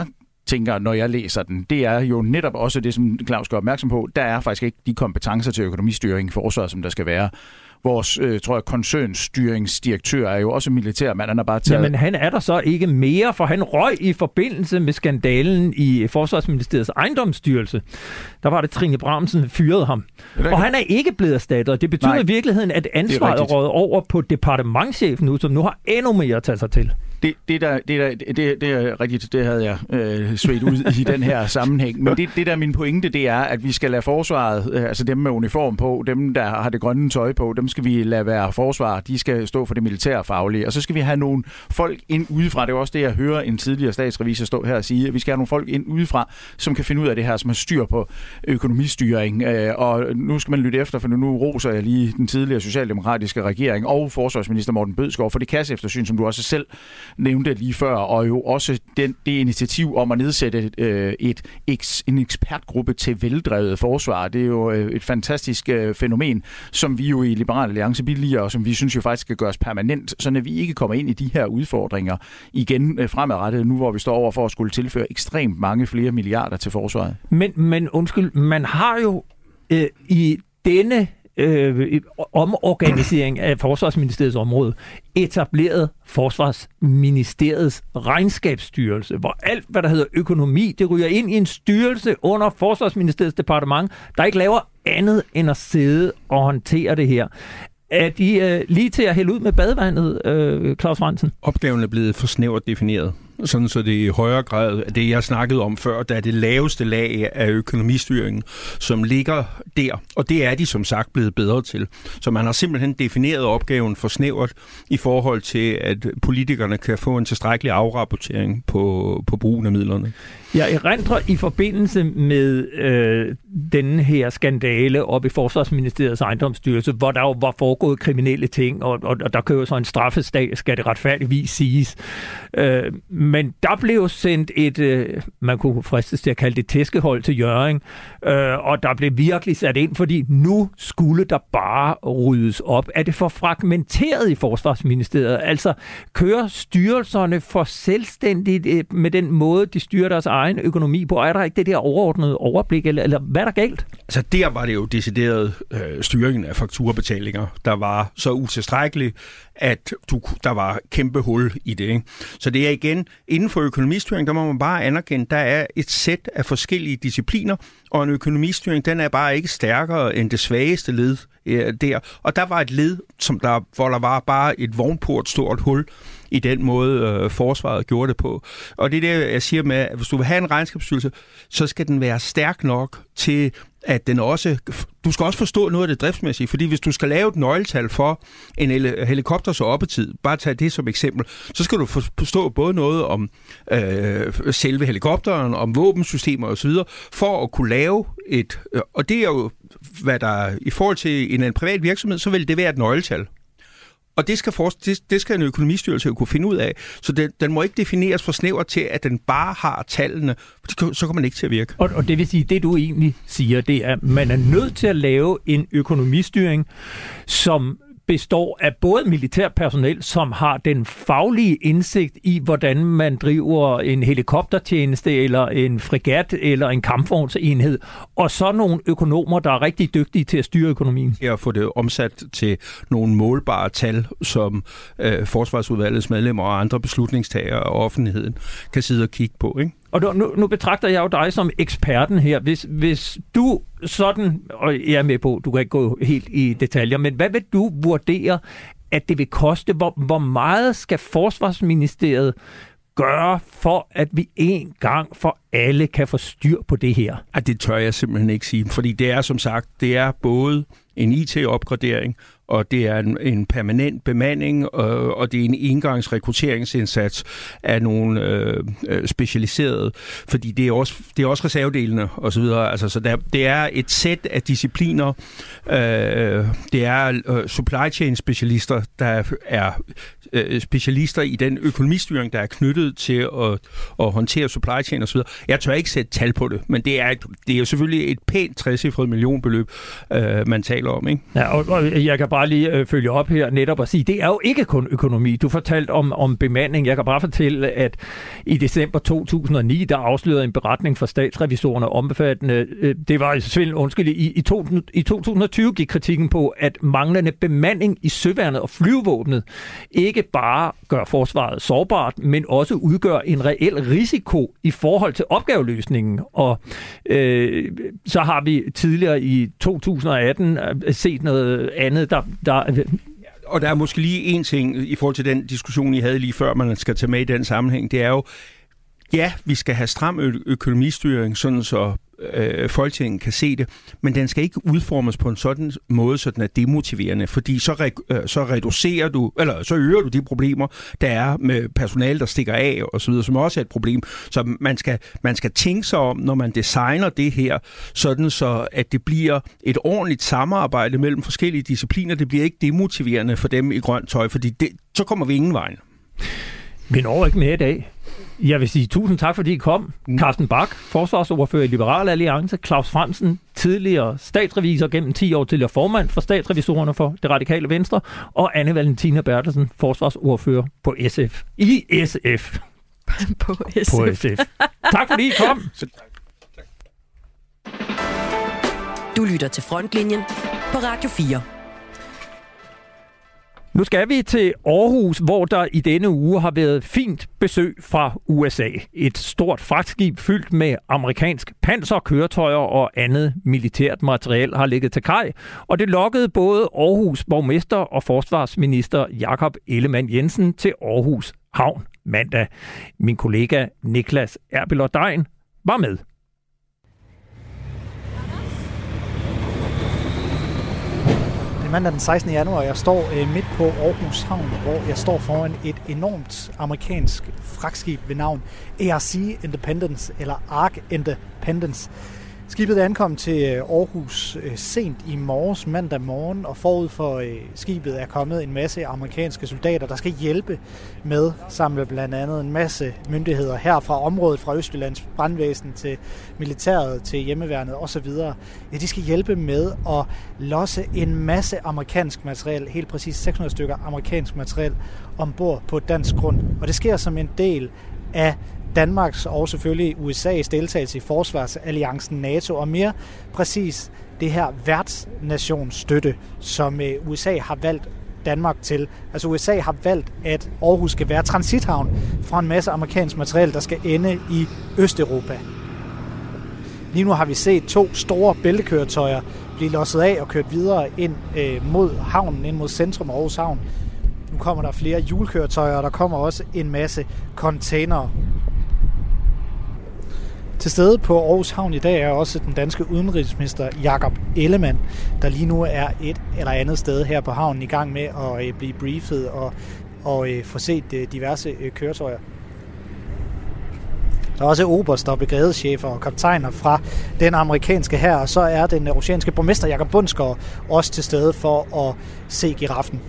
tænker, når jeg læser den, det er jo netop også det, som Claus gør opmærksom på. Der er faktisk ikke de kompetencer til økonomistyring i forsvaret, som der skal være. Vores, øh, tror jeg, koncernstyringsdirektør er jo også militærmand. Han har bare taget... Jamen, han er der så ikke mere, for han røg i forbindelse med skandalen i Forsvarsministeriets ejendomsstyrelse. Der var det, Trine Bramsen fyrede ham. Og han er ikke blevet erstattet, og det betyder Nej, i virkeligheden, at ansvaret er røget over på departementschefen nu, som nu har endnu mere at tage sig til. Det, det, der, det, der, det, det er rigtigt, det havde jeg øh, svedt ud i den her sammenhæng. Men det, det der er min pointe, det er, at vi skal lade forsvaret, øh, altså dem med uniform på, dem der har det grønne tøj på, dem skal vi lade være forsvar. De skal stå for det militærfaglige. Og så skal vi have nogle folk ind udefra. Det er også det, jeg hører en tidligere statsrevisor stå her og sige, at vi skal have nogle folk ind udefra, som kan finde ud af det her, som har styr på økonomistyring. Øh, og nu skal man lytte efter, for nu roser jeg lige den tidligere socialdemokratiske regering og forsvarsminister Morten Bødskov for det kasseeftersyn, som du også selv nævnte lige før, og jo også den, det initiativ om at nedsætte øh, et, et, en ekspertgruppe til veldrevet forsvar. Det er jo øh, et fantastisk øh, fænomen, som vi jo i Liberal Alliance billiger, og som vi synes jo faktisk skal gøres permanent, så at vi ikke kommer ind i de her udfordringer igen øh, fremadrettet, nu hvor vi står over for at skulle tilføre ekstremt mange flere milliarder til forsvaret. Men, men undskyld, man har jo øh, i denne Øh, omorganisering af Forsvarsministeriets område, etableret Forsvarsministeriets regnskabsstyrelse, hvor alt, hvad der hedder økonomi, det ryger ind i en styrelse under Forsvarsministeriets departement, der ikke laver andet end at sidde og håndtere det her. Er de øh, lige til at hælde ud med badevandet, øh, Claus Frantzen? Opgaven er blevet for snævert defineret, sådan så det i højere grad af det, jeg snakkede om før, der er det laveste lag af økonomistyringen, som ligger der, og det er de som sagt blevet bedre til. Så man har simpelthen defineret opgaven for snævert i forhold til, at politikerne kan få en tilstrækkelig afrapportering på, på brugen af midlerne. Jeg erindrer i forbindelse med øh, denne her skandale op i Forsvarsministeriets ejendomsstyrelse, hvor der jo var foregået kriminelle ting, og, og, og der kører så en straffesag, skal det retfærdigvis siges. Øh, men der blev sendt et, øh, man kunne fristes til at kalde det tæskehold til Hjørring, øh, og der blev virkelig sat ind, fordi nu skulle der bare ryddes op. Er det for fragmenteret i Forsvarsministeriet? Altså, kører styrelserne for selvstændigt øh, med den måde, de styrer deres egen økonomi på? Er der ikke det der overordnede overblik, eller, eller hvad er der galt? Altså, der var det jo decideret øh, styringen af fakturabetalinger, der var så utilstrækkelig, at du, der var kæmpe hul i det. Ikke? Så det er igen, inden for økonomistyring, der må man bare anerkende, der er et sæt af forskellige discipliner, og en økonomistyring, den er bare ikke stærkere end det svageste led øh, der. Og der var et led, som der, hvor der var bare et vognport stort hul i den måde, øh, forsvaret gjorde det på. Og det er det, jeg siger med, at hvis du vil have en regnskabsstyrelse, så skal den være stærk nok til, at den også... Du skal også forstå noget af det driftsmæssige, fordi hvis du skal lave et nøgletal for en helikopters oppetid, bare tage det som eksempel, så skal du forstå både noget om øh, selve helikopteren, om våbensystemer osv., for at kunne lave et... Øh, og det er jo, hvad der i forhold til en, en privat virksomhed, så vil det være et nøgletal. Og det skal, for, det, det skal en økonomistyrelse jo kunne finde ud af. Så den, den må ikke defineres for snævert til, at den bare har tallene. Så kommer den ikke til at virke. Og, og det vil sige, det du egentlig siger, det er, at man er nødt til at lave en økonomistyring, som består af både militærpersonel, som har den faglige indsigt i, hvordan man driver en helikoptertjeneste, eller en fregat, eller en kampvognsenhed, og så nogle økonomer, der er rigtig dygtige til at styre økonomien. At få det omsat til nogle målbare tal, som øh, Forsvarsudvalgets medlemmer og andre beslutningstagere og offentligheden kan sidde og kigge på, ikke? Og nu, nu betragter jeg jo dig som eksperten her. Hvis, hvis du sådan, og jeg er med på, du kan ikke gå helt i detaljer, men hvad vil du vurdere, at det vil koste? Hvor, hvor meget skal Forsvarsministeriet gøre, for at vi en gang for alle kan få styr på det her? Ja, det tør jeg simpelthen ikke sige, fordi det er som sagt, det er både en I T-opgradering, og det er en, en permanent bemanding, og, og det er en engangsrekrutteringsindsats af nogle øh, specialiserede, fordi det er også, det er også reservedelene og så videre. Altså, så der, det er et sæt af discipliner. Øh, det er øh, supply chain specialister, der er øh, specialister i den økonomistyring, der er knyttet til at, at håndtere supply chain og så videre. Jeg tør ikke sætte tal på det, men det er, et, det er jo selvfølgelig et pænt trecifret millionbeløb, øh, man taler om, ikke? Ja, og, og jeg kan bare lige øh, følge op her netop og sige, det er jo ikke kun økonomi. Du fortalte om, om bemanding. Jeg kan bare fortælle, at i december to tusind og ni, der afslørede en beretning fra statsrevisorerne omfattende, øh, det var svindel, undskyld, i, i, to, i to tusind og tyve gik kritikken på, at manglende bemanding i søværnet og flyvevåbnet ikke bare gør forsvaret sårbart, men også udgør en reel risiko i forhold til opgaveløsningen. Og øh, så har vi tidligere i to tusind og atten set noget andet, der... der og der er måske lige en ting i forhold til den diskussion, I havde lige før, man skal tage med i den sammenhæng. Det er jo, ja, vi skal have stram ø- økonomistyring, sådan så øh, Folketinget kan se det, men den skal ikke udformes på en sådan måde, så den er demotiverende, fordi så, re- øh, så reducerer du, eller så øger du de problemer, der er med personale, der stikker af og så videre, som også er et problem. Så man skal, man skal tænke sig om, når man designer det her, sådan så at det bliver et ordentligt samarbejde mellem forskellige discipliner. Det bliver ikke demotiverende for dem i grønt tøj, fordi det, så kommer vi ingen vejen. Vi når ikke med i dag. Jeg vil sige tusind tak, fordi I kom. Mm. Carsten Bach, forsvarsordfører i Liberal Alliance. Claus Frandsen, tidligere statsrevisor gennem ti år, tidligere formand for statsrevisorerne for Det Radikale Venstre. Og Anne Valentina Bertelsen, forsvarsordfører på S F. I S F. på S F. På S F. Tak fordi I kom. Du lytter til Frontlinjen på Radio fire. Nu skal vi til Aarhus, hvor der i denne uge har været fint besøg fra U S A. Et stort fragtskib fyldt med amerikansk panserkøretøjer og andet militært materiel har ligget til kaj, og det lokkede både Aarhus borgmester og forsvarsminister Jakob Ellemann-Jensen til Aarhus Havn mandag. Min kollega Niklas Erbillor Dein var med. Mandag den sekstende januar, jeg står øh, midt på Aarhus Havn, hvor jeg står foran et enormt amerikansk fragtskib ved navn A R C Independence, eller Ark Independence. Skibet ankom til Aarhus øh, sent i morges, mandag morgen, og forud for øh, skibet er kommet en masse amerikanske soldater, der skal hjælpe med, sammen med blandt andet en masse myndigheder her fra området, fra Østjyllands brandvæsen til militæret, til hjemmeværnet osv. Ja, de skal hjælpe med at losse en masse amerikansk materiel, helt præcis seks hundrede stykker amerikansk materiel, ombord på dansk grund. Og det sker som en del af Danmarks og selvfølgelig U S A's deltagelse i forsvarsalliancen NATO, og mere præcis det her værtsnationsstøtte, som U S A har valgt Danmark til. Altså U S A har valgt, at Aarhus skal være transithavn fra en masse amerikansk materiel, der skal ende i Østeuropa. Lige nu har vi set to store bæltekøretøjer blive losset af og kørt videre ind øh, mod havnen, ind mod centrum af Aarhus Havn. Nu kommer der flere hjulkøretøjer, og der kommer også en masse containere. Til stede på Aarhus Havn i dag er også den danske udenrigsminister Jakob Ellemann, der lige nu er et eller andet sted her på havnen i gang med at blive briefet og, og få set diverse køretøjer. Der er også oberster, brigadechefer og kaptajner fra den amerikanske hær, og så er den oceanske borgmester Jakob Bundsgaard også til stede for at se giraffen.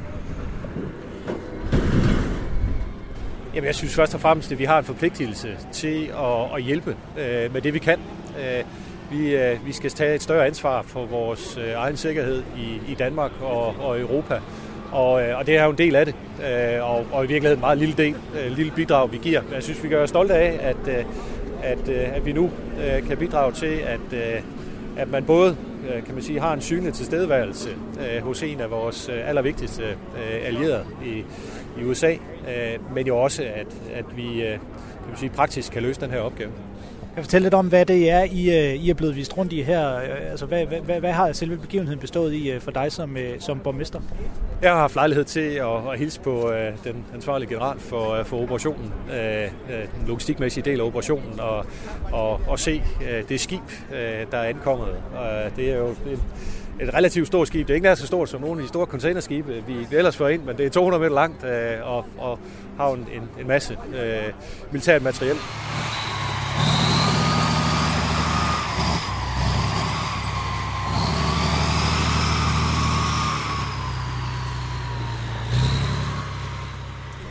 Jamen, jeg synes først og fremmest, at vi har en forpligtelse til at, at hjælpe øh, med det, vi kan. Øh, vi, øh, vi skal tage et større ansvar for vores øh, egen sikkerhed i, i Danmark og, og Europa. Og, øh, og det er jo en del af det, øh, og, og i virkeligheden en meget lille del, øh, lille bidrag, vi giver. Jeg synes, vi gør os stolte af, at, øh, at, øh, at vi nu øh, kan bidrage til, at, øh, at man både kan man sige, har en synlig tilstedeværelse øh, hos en af vores øh, allervigtigste øh, allierede i, i U S A, øh, men jo også, at, at vi øh, kan man sige, praktisk kan løse den her opgave. Kan du fortælle lidt om, hvad det er, I, I er blevet vist rundt i her? Altså, hvad, hvad, hvad har selve begivenheden bestået i for dig som, som borgmester? Jeg har haft lejlighed til at, at hilse på øh, den ansvarlige general for, for operationen, øh, den logistikmæssige del af operationen, og, og, og se øh, det skib, øh, der er ankommet. Øh, det er jo et, et relativt stort skib. Det er ikke nær så stort som nogle af de store containerskibe, vi, vi ellers får ind, men det er to hundrede meter langt øh, og, og har en, en masse øh, militært materiel.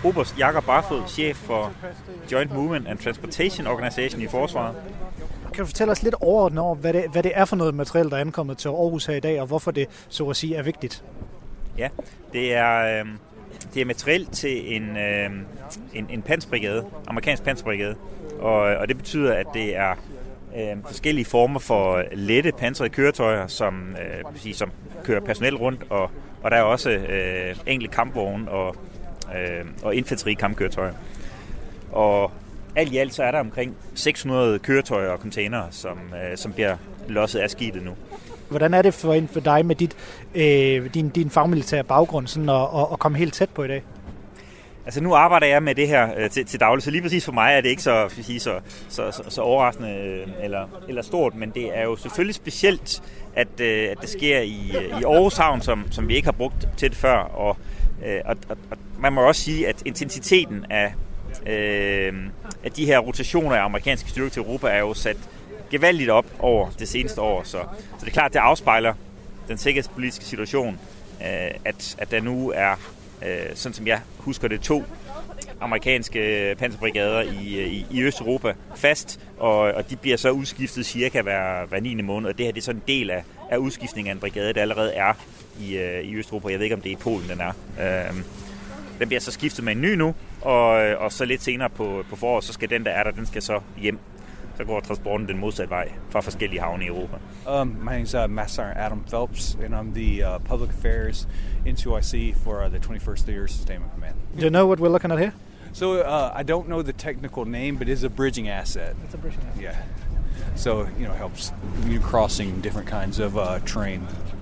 Oberst Jakob Barfod, chef for Joint Movement and Transportation Organization i Forsvaret. Kan du fortælle os lidt overordnet over, hvad det, hvad det er for noget materiel, der er ankommet til Aarhus her i dag, og hvorfor det, så at sige, er vigtigt? Ja, det er, øh, det er materiel til en, øh, en, en panserbrigade, amerikansk panserbrigade, og, og det betyder, at det er øh, forskellige former for lette pansrede køretøjer, som, øh, som kører personel rundt, og, og der er også øh, enkelte kampvogne og, øh, og infanteri-kampkøretøjer. Og alt i alt så er der omkring seks hundrede køretøjer og containere, som, øh, som bliver losset af skibet nu. Hvordan er det for, for dig med dit, øh, din, din fagmilitære baggrund sådan at, at, at komme helt tæt på i dag? Altså nu arbejder jeg med det her øh, til, til daglig, så lige præcis for mig er det ikke så, sige, så, så, så, så overraskende øh, eller, eller stort, men det er jo selvfølgelig specielt, at, øh, at det sker i, i Aarhus Havn, som, som vi ikke har brugt til det før, og, øh, og, og, og man må også sige, at intensiteten af, øh, af de her rotationer af amerikanske styrker til Europa er jo sat gevaldigt op over det seneste år, så, så det er klart, at det afspejler den sikkerhedspolitiske situation, øh, at, at der nu er, øh, sådan som jeg husker det, to amerikanske panserbrigader i, i, i Østeuropa fast, og, og de bliver så udskiftet cirka hver, hver niende måned, og det her det er så en del af, af udskiftningen af en brigade, der allerede er i, i Østeuropa. Jeg ved ikke, om det er i Polen, den er. Øh, den bliver så skiftet med en ny nu, og, og så lidt senere på, på foråret, så skal den, der er der, den skal så hjem. Så går transporten den modsatte vej fra forskellige havne i Europa. Um, my name is uh, Master Sergeant Adam Phelps, and I'm the uh, Public Affairs N two I C for uh, the twenty-first Air Sustainment Command. Do you know what we're looking at here? So uh, I don't know the technical name, but it's a bridging asset. It's a bridging asset. Yeah. So, you know, helps you crossing different kinds of uh, terrain.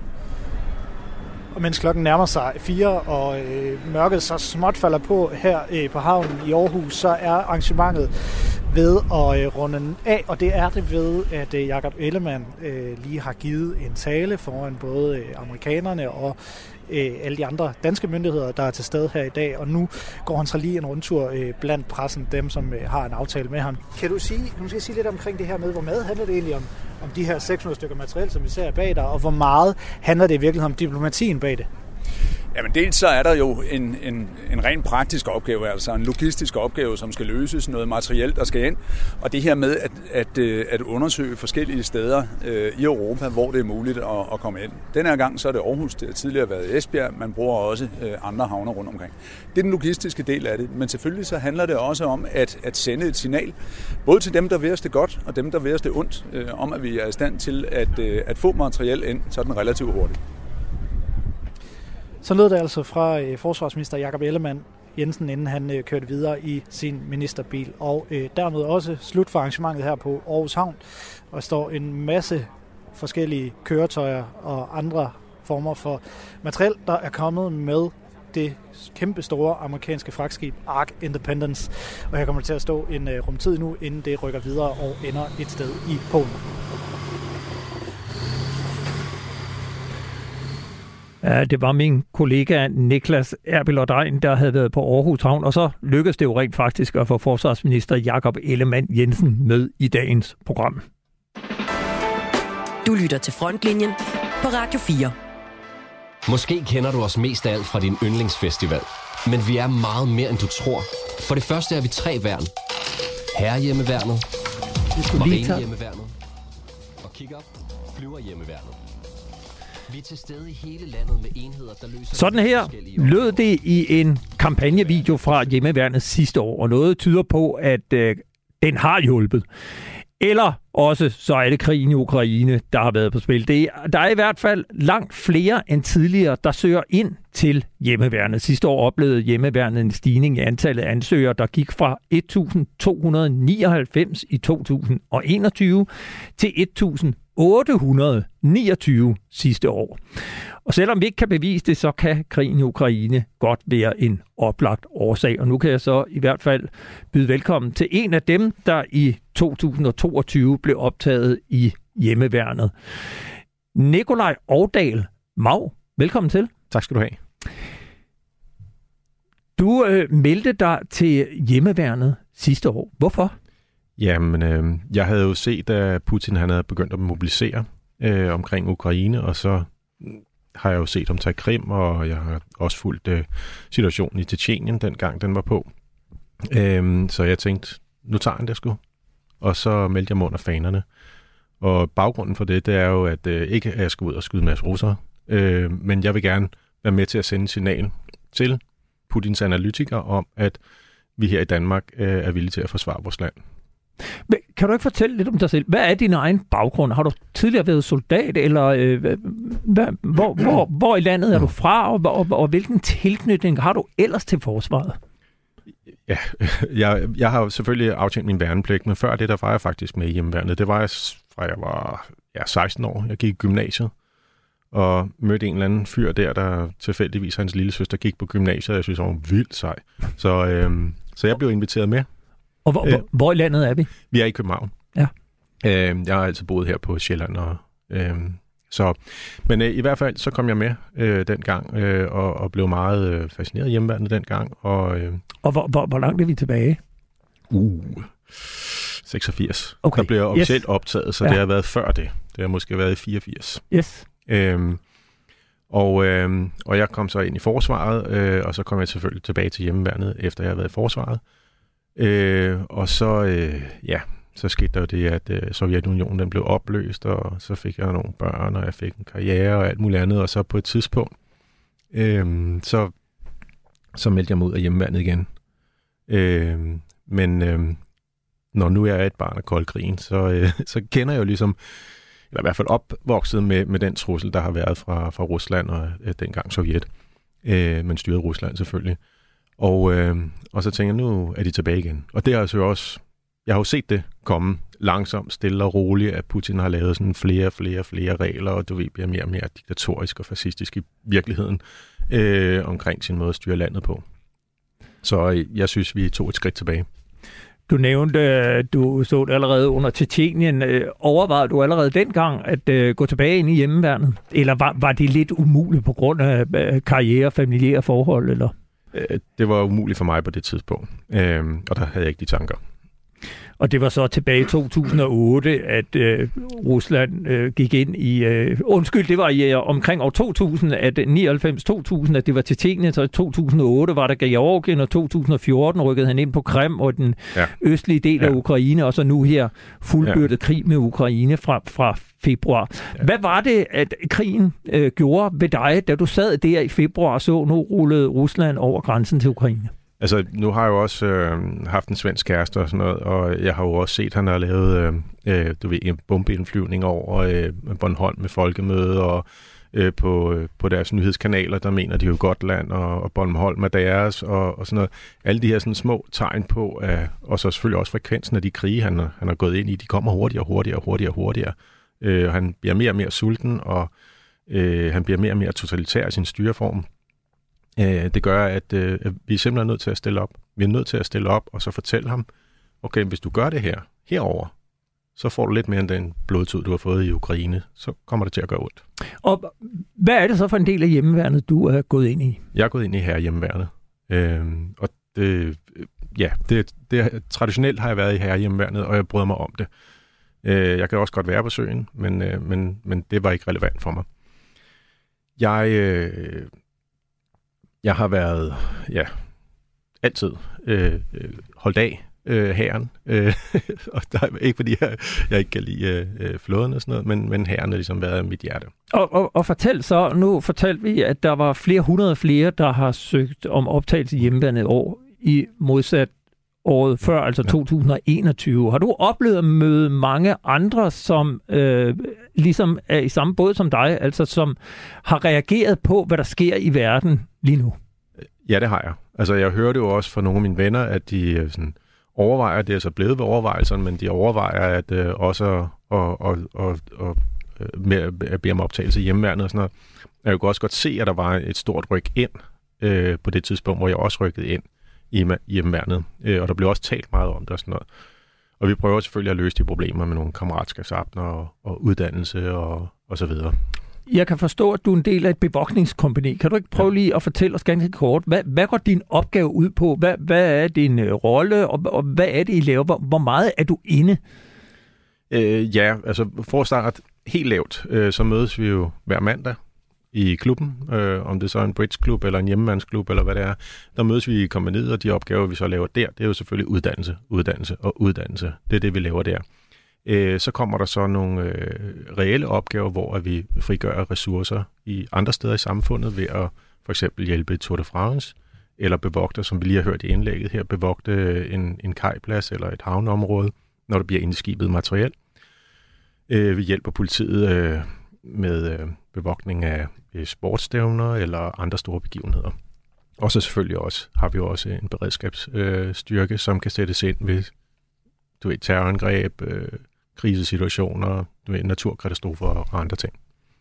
Og mens klokken nærmer sig fire, og øh, mørket så småt falder på her øh, på havnen i Aarhus, så er arrangementet ved at øh, runde af, og det er det ved, at øh, Jakob Ellemann øh, lige har givet en tale foran både øh, amerikanerne og øh, alle de andre danske myndigheder, der er til stede her i dag, og nu går han så lige en rundtur øh, blandt pressen, dem som øh, har en aftale med ham. Kan du sige, kan du måske sige lidt omkring det her med, hvor meget handler det egentlig om, om de her seks hundrede stykker materiel, som vi ser bag dig, og hvor meget handler det virkelig om diplomatien bag det? Jamen dels så er der jo en, en, en ren praktisk opgave, altså en logistisk opgave, som skal løses, noget materielt, der skal ind. Og det her med at, at, at undersøge forskellige steder øh, i Europa, hvor det er muligt at, at komme ind. Den her gang så er det Aarhus, det har tidligere været Esbjerg, man bruger også øh, andre havner rundt omkring. Det er den logistiske del af det, men selvfølgelig så handler det også om at, at sende et signal, både til dem, der vil os det godt, og dem, der vil os det ondt, øh, om at vi er i stand til at, øh, at få materiel ind, så er den relativt hurtigt. Så lød det altså fra øh, forsvarsminister Jakob Ellemann Jensen, inden han øh, kørte videre i sin ministerbil. Og øh, dermed også slut for arrangementet her på Aarhus Havn. Og der står en masse forskellige køretøjer og andre former for materiel, der er kommet med det kæmpe store amerikanske fragtskib Ark Independence. Og her kommer det til at stå en øh, rumtid nu, inden det rykker videre og ender et sted i Polen. Ja, det var min kollega Niklas Erbelodrein, der havde været på Aarhus Havn, og så lykkedes det jo rent faktisk at få forsvarsminister Jakob Ellemann Jensen med i dagens program. Du lytter til Frontlinjen på Radio fire. Måske kender du os mest af alt fra din yndlingsfestival, men vi er meget mere end du tror. For det første er vi tre værn. Herrehjemmeværnet, Marinehjemmeværnet og kig op, Flyverhjemmeværnet. Vi er til stede i hele landet med enheder, der løser... Sådan her lød det i en kampagnevideo fra Hjemmeværnet sidste år, og noget tyder på, at øh, den har hjulpet. Eller også så er det krigen i Ukraine, der har været på spil. Det er, der er i hvert fald langt flere end tidligere, der søger ind til Hjemmeværnet. Sidste år oplevede Hjemmeværnet en stigning i antallet af ansøgere, der gik fra et tusind to hundrede nioghalvfems i to tusind enogtyve til et tusind otte hundrede niogtyve sidste år. Og selvom vi ikke kan bevise det, så kan krigen i Ukraine godt være en oplagt årsag. Og nu kan jeg så i hvert fald byde velkommen til en af dem, der i to tusind toogtyve blev optaget i Hjemmeværnet. Nikolaj Ovdal Mau, velkommen til. Tak skal du have. Du øh, meldte dig til Hjemmeværnet sidste år. Hvorfor? Jamen, øh, jeg havde jo set, at Putin han havde begyndt at mobilisere øh, omkring Ukraine, og så har jeg jo set om tage Krim, og jeg har også fulgt øh, situationen i Tjetjenien, dengang den var på. Øhm, så jeg tænkte, nu tager han det sgu. Og så meldte jeg mig under fanerne. Og baggrunden for det, det er jo, at øh, ikke at jeg skal ud og skyde en masse russere, øh, men jeg vil gerne være med til at sende signal til Putins analytikere om, at vi her i Danmark øh, er villige til at forsvare vores land. Kan du ikke fortælle lidt om dig selv? Hvad er din egen baggrund? Har du tidligere været soldat, eller øh, hvad, hvor, hvor, hvor i landet er du fra, og, og, og hvilken tilknytning har du ellers til forsvaret? Ja, jeg, jeg har selvfølgelig aftjent min værnepligt, men før det, der var jeg faktisk med i hjemmeværnet. Det var jeg, fra jeg var ja, seksten år. Jeg gik i gymnasiet og mødte en eller anden fyr der, der tilfældigvis hans lille søster gik på gymnasiet, og jeg synes, han var vildt sej. Så, øhm, så jeg blev inviteret med. Og hvor, øh, hvor i landet er vi? Vi er i København. Ja. Øh, jeg har altid boet her på Sjælland. Og, øh, så, men øh, i hvert fald så kom jeg med øh, dengang, øh, og, og blev meget øh, fascineret af hjemmeværnet dengang. Og, øh, og hvor, hvor, hvor langt er vi tilbage? Uh, seksogfirs. Okay. Der blev jeg officielt yes. optaget, så ja. Det har været før det. Det har måske været i fireogfirs. Yes. Øhm, og, øhm, og jeg kom så ind i forsvaret, øh, og så kom jeg selvfølgelig tilbage til hjemmeværnet, efter jeg havde været i forsvaret. Øh, og så, øh, ja, så skete der jo det, at øh, Sovjetunionen den blev opløst, og så fik jeg nogle børn, og jeg fik en karriere og alt muligt andet, og så på et tidspunkt, øh, så, så meldte jeg mig ud af hjemmeværnet igen. Øh, men øh, når nu jeg er et barn af koldkrigen, så, øh, så kender jeg jo ligesom, eller i hvert fald opvokset med, med den trussel, der har været fra, fra Rusland og øh, dengang Sovjet, øh, men styret Rusland selvfølgelig. Og, øh, og så tænker jeg, nu er de tilbage igen. Og det har altså også, jeg har jo set det komme langsomt, stille og roligt, at Putin har lavet sådan flere, flere, flere regler, og du ved, bliver mere og mere diktatorisk og fascistisk i virkeligheden øh, omkring sin måde at styre landet på. Så øh, jeg synes, vi tog et skridt tilbage. Du nævnte, du så det allerede under Tjetjenien. Overvejede du allerede dengang at uh, gå tilbage ind i hjemmeværnet? Eller var, var det lidt umuligt på grund af uh, karriere og familiære forhold? Eller? Det var umuligt for mig på det tidspunkt, øh, og der havde jeg ikke de tanker. Og det var så tilbage i to tusind og otte, at øh, Rusland øh, gik ind i... Øh, undskyld, det var i øh, omkring år to tusind, at nioghalvfems to tusind, at det var Tjetjenien, så i to tusind og otte var der Georgien, og to tusind og fjorten rykkede han ind på Krim og den ja. østlige del ja. af Ukraine, og så nu her fuldbyrdet ja. krig med Ukraine fra, fra februar. Ja. Hvad var det, at krigen øh, gjorde ved dig, da du sad der i februar og så, nu rullede Rusland over grænsen til Ukraine? Altså, nu har jeg jo også øh, haft en svensk kæreste og sådan noget, og jeg har jo også set, at han har lavet øh, du ved, en bombeindflyvning over øh, Bornholm med folkemøde, og øh, på, øh, på deres nyhedskanaler, der mener de jo Gotland og, og Bornholm er deres, og, og sådan noget. Alle de her sådan små tegn på, øh, og så selvfølgelig også frekvensen af de krige, han, han har gået ind i, de kommer hurtigere, hurtigere, hurtigere, hurtigere. Øh, han bliver mere og mere sulten, og øh, han bliver mere og mere totalitær i sin styreform. Det gør, at, øh, at vi er simpelthen nødt til at stille op. Vi er nødt til at stille op, og så fortælle ham, okay, hvis du gør det her, herover, så får du lidt mere end den blodtud, du har fået i Ukraine. Så kommer det til at gøre ondt. Og hvad er det så for en del af hjemmeværnet, du er gået ind i? Jeg er gået ind i her hjemmeværnet. Øhm, og det, ja, det, det, traditionelt har jeg været i her hjemmeværnet, og jeg bryder mig om det. Øh, jeg kan også godt være på søen, men, øh, men, men det var ikke relevant for mig. Jeg... Øh, Jeg har været, ja, altid øh, holdt af øh, hæren. Øh, og der er ikke fordi, jeg, jeg ikke kan lide øh, flåden og sådan noget, men, men hæren har ligesom været mit hjerte. Og, og, og fortæl så, nu fortalte vi, at der var flere hundrede flere, der har søgt om optagelse i hjemmeværnet år, i modsat året før, altså to tusind og enogtyve. Har du oplevet at møde mange andre, som øh, ligesom er i samme båd som dig, altså som har reageret på, hvad der sker i verden lige nu? Ja, det har jeg. Altså, jeg hørte jo også fra nogle af mine venner, at de sådan, overvejer, det er så blevet ved overvejelserne, men de overvejer at øh, også at, og, og, og, og, med at bede om optagelse i hjemmeværnet og sådan noget. Jeg kunne også godt se, at der var et stort ryk ind øh, på det tidspunkt, hvor jeg også rykkede ind i hjemmeværnet, øh, og der blev også talt meget om det og sådan noget. Og vi prøver selvfølgelig at løse de problemer med nogle kammeratskabsaftener og, og uddannelse og, og så videre. Jeg kan forstå, at du er en del af et bevogtningskompagni. Kan du ikke prøve lige at fortælle os ganske kort, hvad, hvad går din opgave ud på? Hvad, hvad er din øh, rolle, og, og hvad er det, I laver? Hvor, hvor meget er du inde? Øh, ja, altså for at starte helt lavt, øh, så mødes vi jo hver mandag i klubben, øh, om det så er en bridgeklub eller en hjemmemandsklub eller hvad det er. Der mødes vi i kompagniet, og de opgaver, vi så laver der, det er jo selvfølgelig uddannelse, uddannelse og uddannelse. Det er det, vi laver der. Øh, så kommer der så nogle øh, reelle opgaver, hvor vi frigør ressourcer i andre steder i samfundet ved at for eksempel hjælpe Tour de France, eller bevogte, som vi lige har hørt i indlægget her, bevogte en, en kajplads eller et havneområde, når der bliver indskibet materiel. Øh, vi hjælper politiet øh, med øh, bevogtning af øh, sportsstævner eller andre store begivenheder. Og så selvfølgelig også har vi også en beredskabsstyrke, øh, som kan sættes ind ved du ved, terrorangreb, øh, krisesituationer, du ved, naturkatastrofer og andre ting.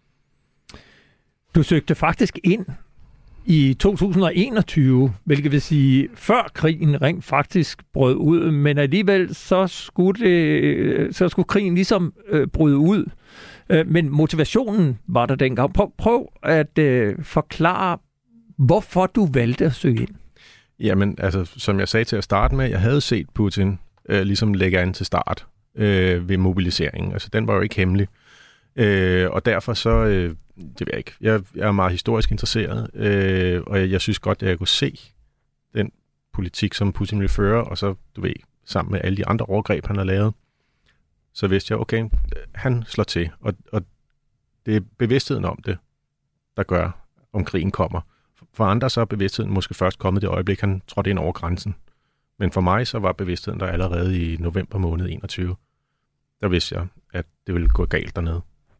Du søgte faktisk ind i to tusind og enogtyve, hvilket vil sige før krigen rent faktisk brød ud, men alligevel så skulle, det, så skulle krigen ligesom øh, bryde ud. Øh, men motivationen var der dengang. Prøv, prøv at øh, forklare, hvorfor du valgte at søge ind. Jamen, altså, som jeg sagde til at starte med, jeg havde set Putin øh, ligesom lægge an til start øh, ved mobiliseringen. Altså, den var jo ikke hemmelig. Øh, og derfor så, øh, det ved jeg ikke, jeg, jeg er meget historisk interesseret, øh, og jeg, jeg synes godt, at jeg kunne se den politik, som Putin ville føre, og så, du ved, sammen med alle de andre overgreb, han har lavet, så vidste jeg, okay, han slår til, og, og det er bevidstheden om det, der gør, om krigen kommer. For andre så er bevidstheden måske først kommet det øjeblik, han trådte ind over grænsen. Men for mig så var bevidstheden der allerede i november måned enogtyve. Der vidste jeg, at det ville gå galt dernede.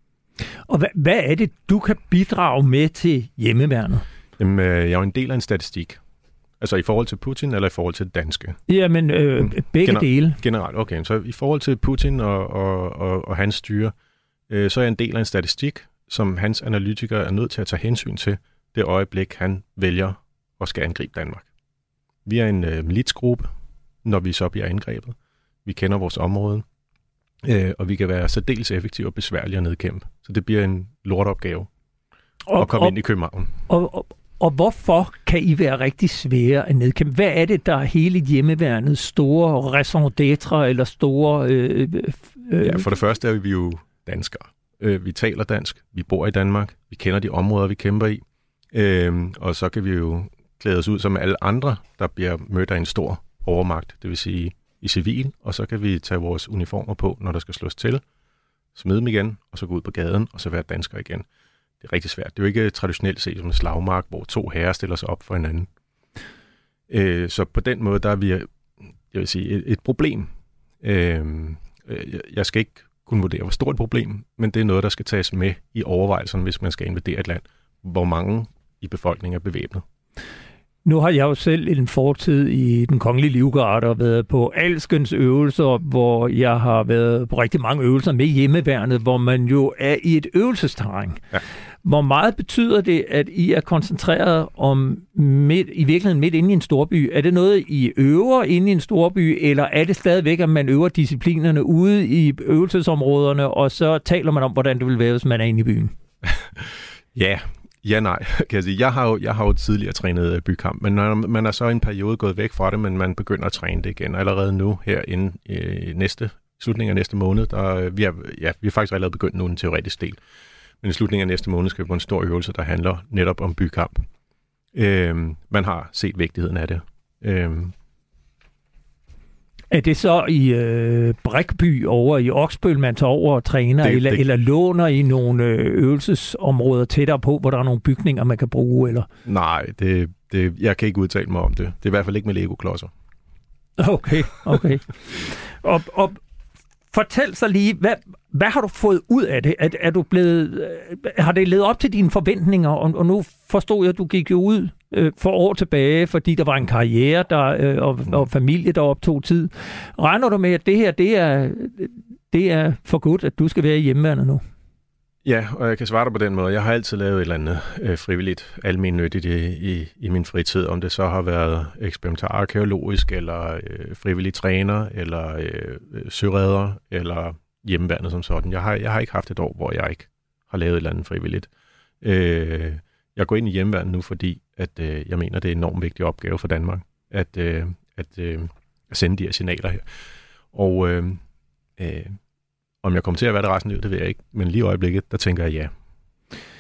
Og hvad, hvad er det, du kan bidrage med til hjemmeværnet? Jamen, jeg er jo en del af en statistik. Altså i forhold til Putin, eller i forhold til det danske? Jamen, øh, begge Gener- dele. Generelt, okay. Så i forhold til Putin og, og, og, og hans styre, øh, så er jeg en del af en statistik, som hans analytikere er nødt til at tage hensyn til det øjeblik, han vælger at skal angribe Danmark. Vi er en øh, militsgruppe, når vi så bliver angrebet. Vi kender vores område. Øh, og vi kan være særdeles effektive og besværlige at nedkæmpe. Så det bliver en lortopgave og, at komme og, ind i København. Og, og, og hvorfor kan I være rigtig svære at nedkæmpe? Hvad er det, der er hele hjemmeværnets store raison d'être eller store... Øh, øh, ja, for det første er vi jo danskere. Øh, vi taler dansk, vi bor i Danmark, vi kender de områder, vi kæmper i. Øh, og så kan vi jo klæde os ud som alle andre, der bliver mødt af en stor overmagt, det vil sige i civil, og så kan vi tage vores uniformer på, når der skal slås til, smide dem igen, og så gå ud på gaden, og så være dansker igen. Det er rigtig svært. Det er jo ikke traditionelt set som en slagmark, hvor to herrer stiller sig op for hinanden. Øh, så på den måde, der er vi, jeg vil sige, et, et problem. Øh, jeg skal ikke kunne vurdere, hvor stort et problem, men det er noget, der skal tages med i overvejelserne, hvis man skal invadere et land, hvor mange i befolkningen er bevæbnet. Nu har jeg jo selv en fortid i den kongelige livgarde og været på alskens øvelser, hvor jeg har været på rigtig mange øvelser med hjemmeværnet, hvor man jo er i et øvelsesterræn. Ja. Hvor meget betyder det, at I er koncentreret om midt, i virkeligheden midt inde i en storby? Er det noget, I øver inde i en storby, eller er det stadigvæk, at man øver disciplinerne ude i øvelsesområderne, og så taler man om, hvordan det vil være, hvis man er inde i byen? Ja, Ja, nej, kan jeg sige. Jeg har jo, jeg har jo tidligere trænet bykamp, men når man er så i en periode gået væk fra det, men man begynder at træne det igen. Allerede nu, her inden i næste, slutningen af næste måned, der, vi, er, ja, vi er faktisk allerede begyndt nu en teoretisk del. Men i slutningen af næste måned skal vi på en stor øvelse, der handler netop om bykamp. Øhm, man har set vigtigheden af det. Øhm, Er det så i øh, Brækby over i Oksbøl, man tager over og træner, det, eller, det... eller låner I nogle øvelsesområder tættere på, hvor der er nogle bygninger, man kan bruge? Eller? Nej, det, det, jeg kan ikke udtale mig om det. Det er i hvert fald ikke med Lego-klodser. Okay, okay. og, og fortæl så lige, hvad, hvad har du fået ud af det? Er, er du blevet, har det levet op til dine forventninger? Og, og nu forstod jeg, at du gik jo ud øh, for år tilbage, fordi der var en karriere der, øh, og, og familie, der optog tid. Regner du med, at det her, det er, det er for godt, at du skal være i hjemmeværnet nu? Ja, og jeg kan svare dig på den måde. Jeg har altid lavet et eller andet øh, frivilligt, almennyttigt i, i, i min fritid, om det så har været eksperimentararkæologisk, eller øh, frivillig træner, eller øh, søredder, eller hjemmeværnet som sådan. Jeg har, jeg har ikke haft et år, hvor jeg ikke har lavet et eller andet frivilligt. Øh, jeg går ind i hjemmeværnet nu, fordi at, øh, jeg mener, det er en enormt vigtig opgave for Danmark, at, øh, at, øh, at sende de her signaler her. Og øh, øh, om jeg kommer til at være det resten af livet, det ved jeg ikke. Men lige i øjeblikket, der tænker jeg ja.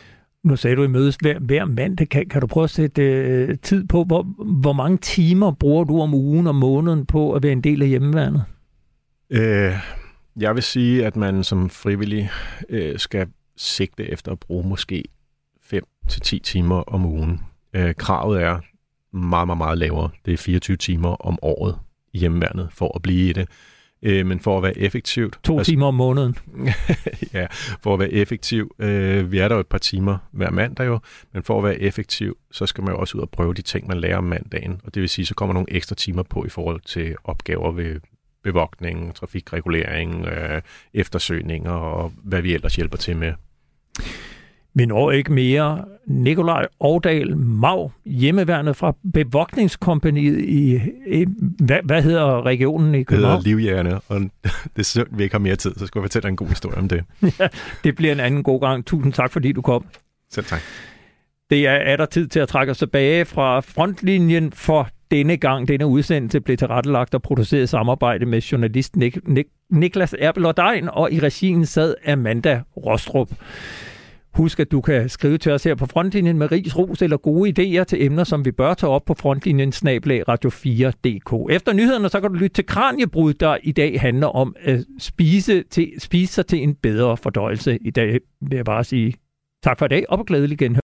Nu sagde du, I mødes hver, hver mandag. Kan, kan du prøve at sætte øh, tid på, hvor, hvor mange timer bruger du om ugen og måneden på at være en del af hjemmeværnet? Øh, jeg vil sige, at man som frivillig øh, skal sigte efter at bruge måske fem til ti timer om ugen. Øh, kravet er meget, meget, meget lavere. Det er fireogtyve timer om året i hjemmeværnet for at blive i det. Øh, men for at være effektivt... To altså, timer om måneden. Ja, for at være effektiv. Øh, vi er der jo et par timer hver mandag jo, men for at være effektiv, så skal man jo også ud og prøve de ting, man lærer om mandagen. Og det vil sige, så kommer nogle ekstra timer på i forhold til opgaver ved bevogtning, trafikregulering, øh, eftersøgninger og hvad vi ellers hjælper til med. Men år ikke mere. Nikolaj Ovdal Mau, hjemmeværnet fra Bevogtningskompaniet i, i hvad, hvad hedder regionen i København? Det hedder Livjerne, og det er synd, vi ikke har mere tid, så skal jeg fortælle en god historie om det. Ja, det bliver en anden god gang. Tusind tak, fordi du kom. Selv tak. Det er, er der tid til at trække os tilbage fra frontlinjen for denne gang. Denne udsendelse blev tilrettelagt og produceret i samarbejde med journalist Nik- Nik- Niklas Erbelordein, og i regien sad Amanda Rostrup. Husk, at du kan skrive til os her på Frontlinjen med ris, ros eller gode idéer til emner, som vi bør tage op på Frontlinjen snabel-a radio fire punktum d k. Efter nyhederne, så kan du lytte til Kraniebrud, der i dag handler om at spise, til, spise sig til en bedre fordøjelse. I dag vil jeg bare sige tak for i dag, og på glædelig genhør.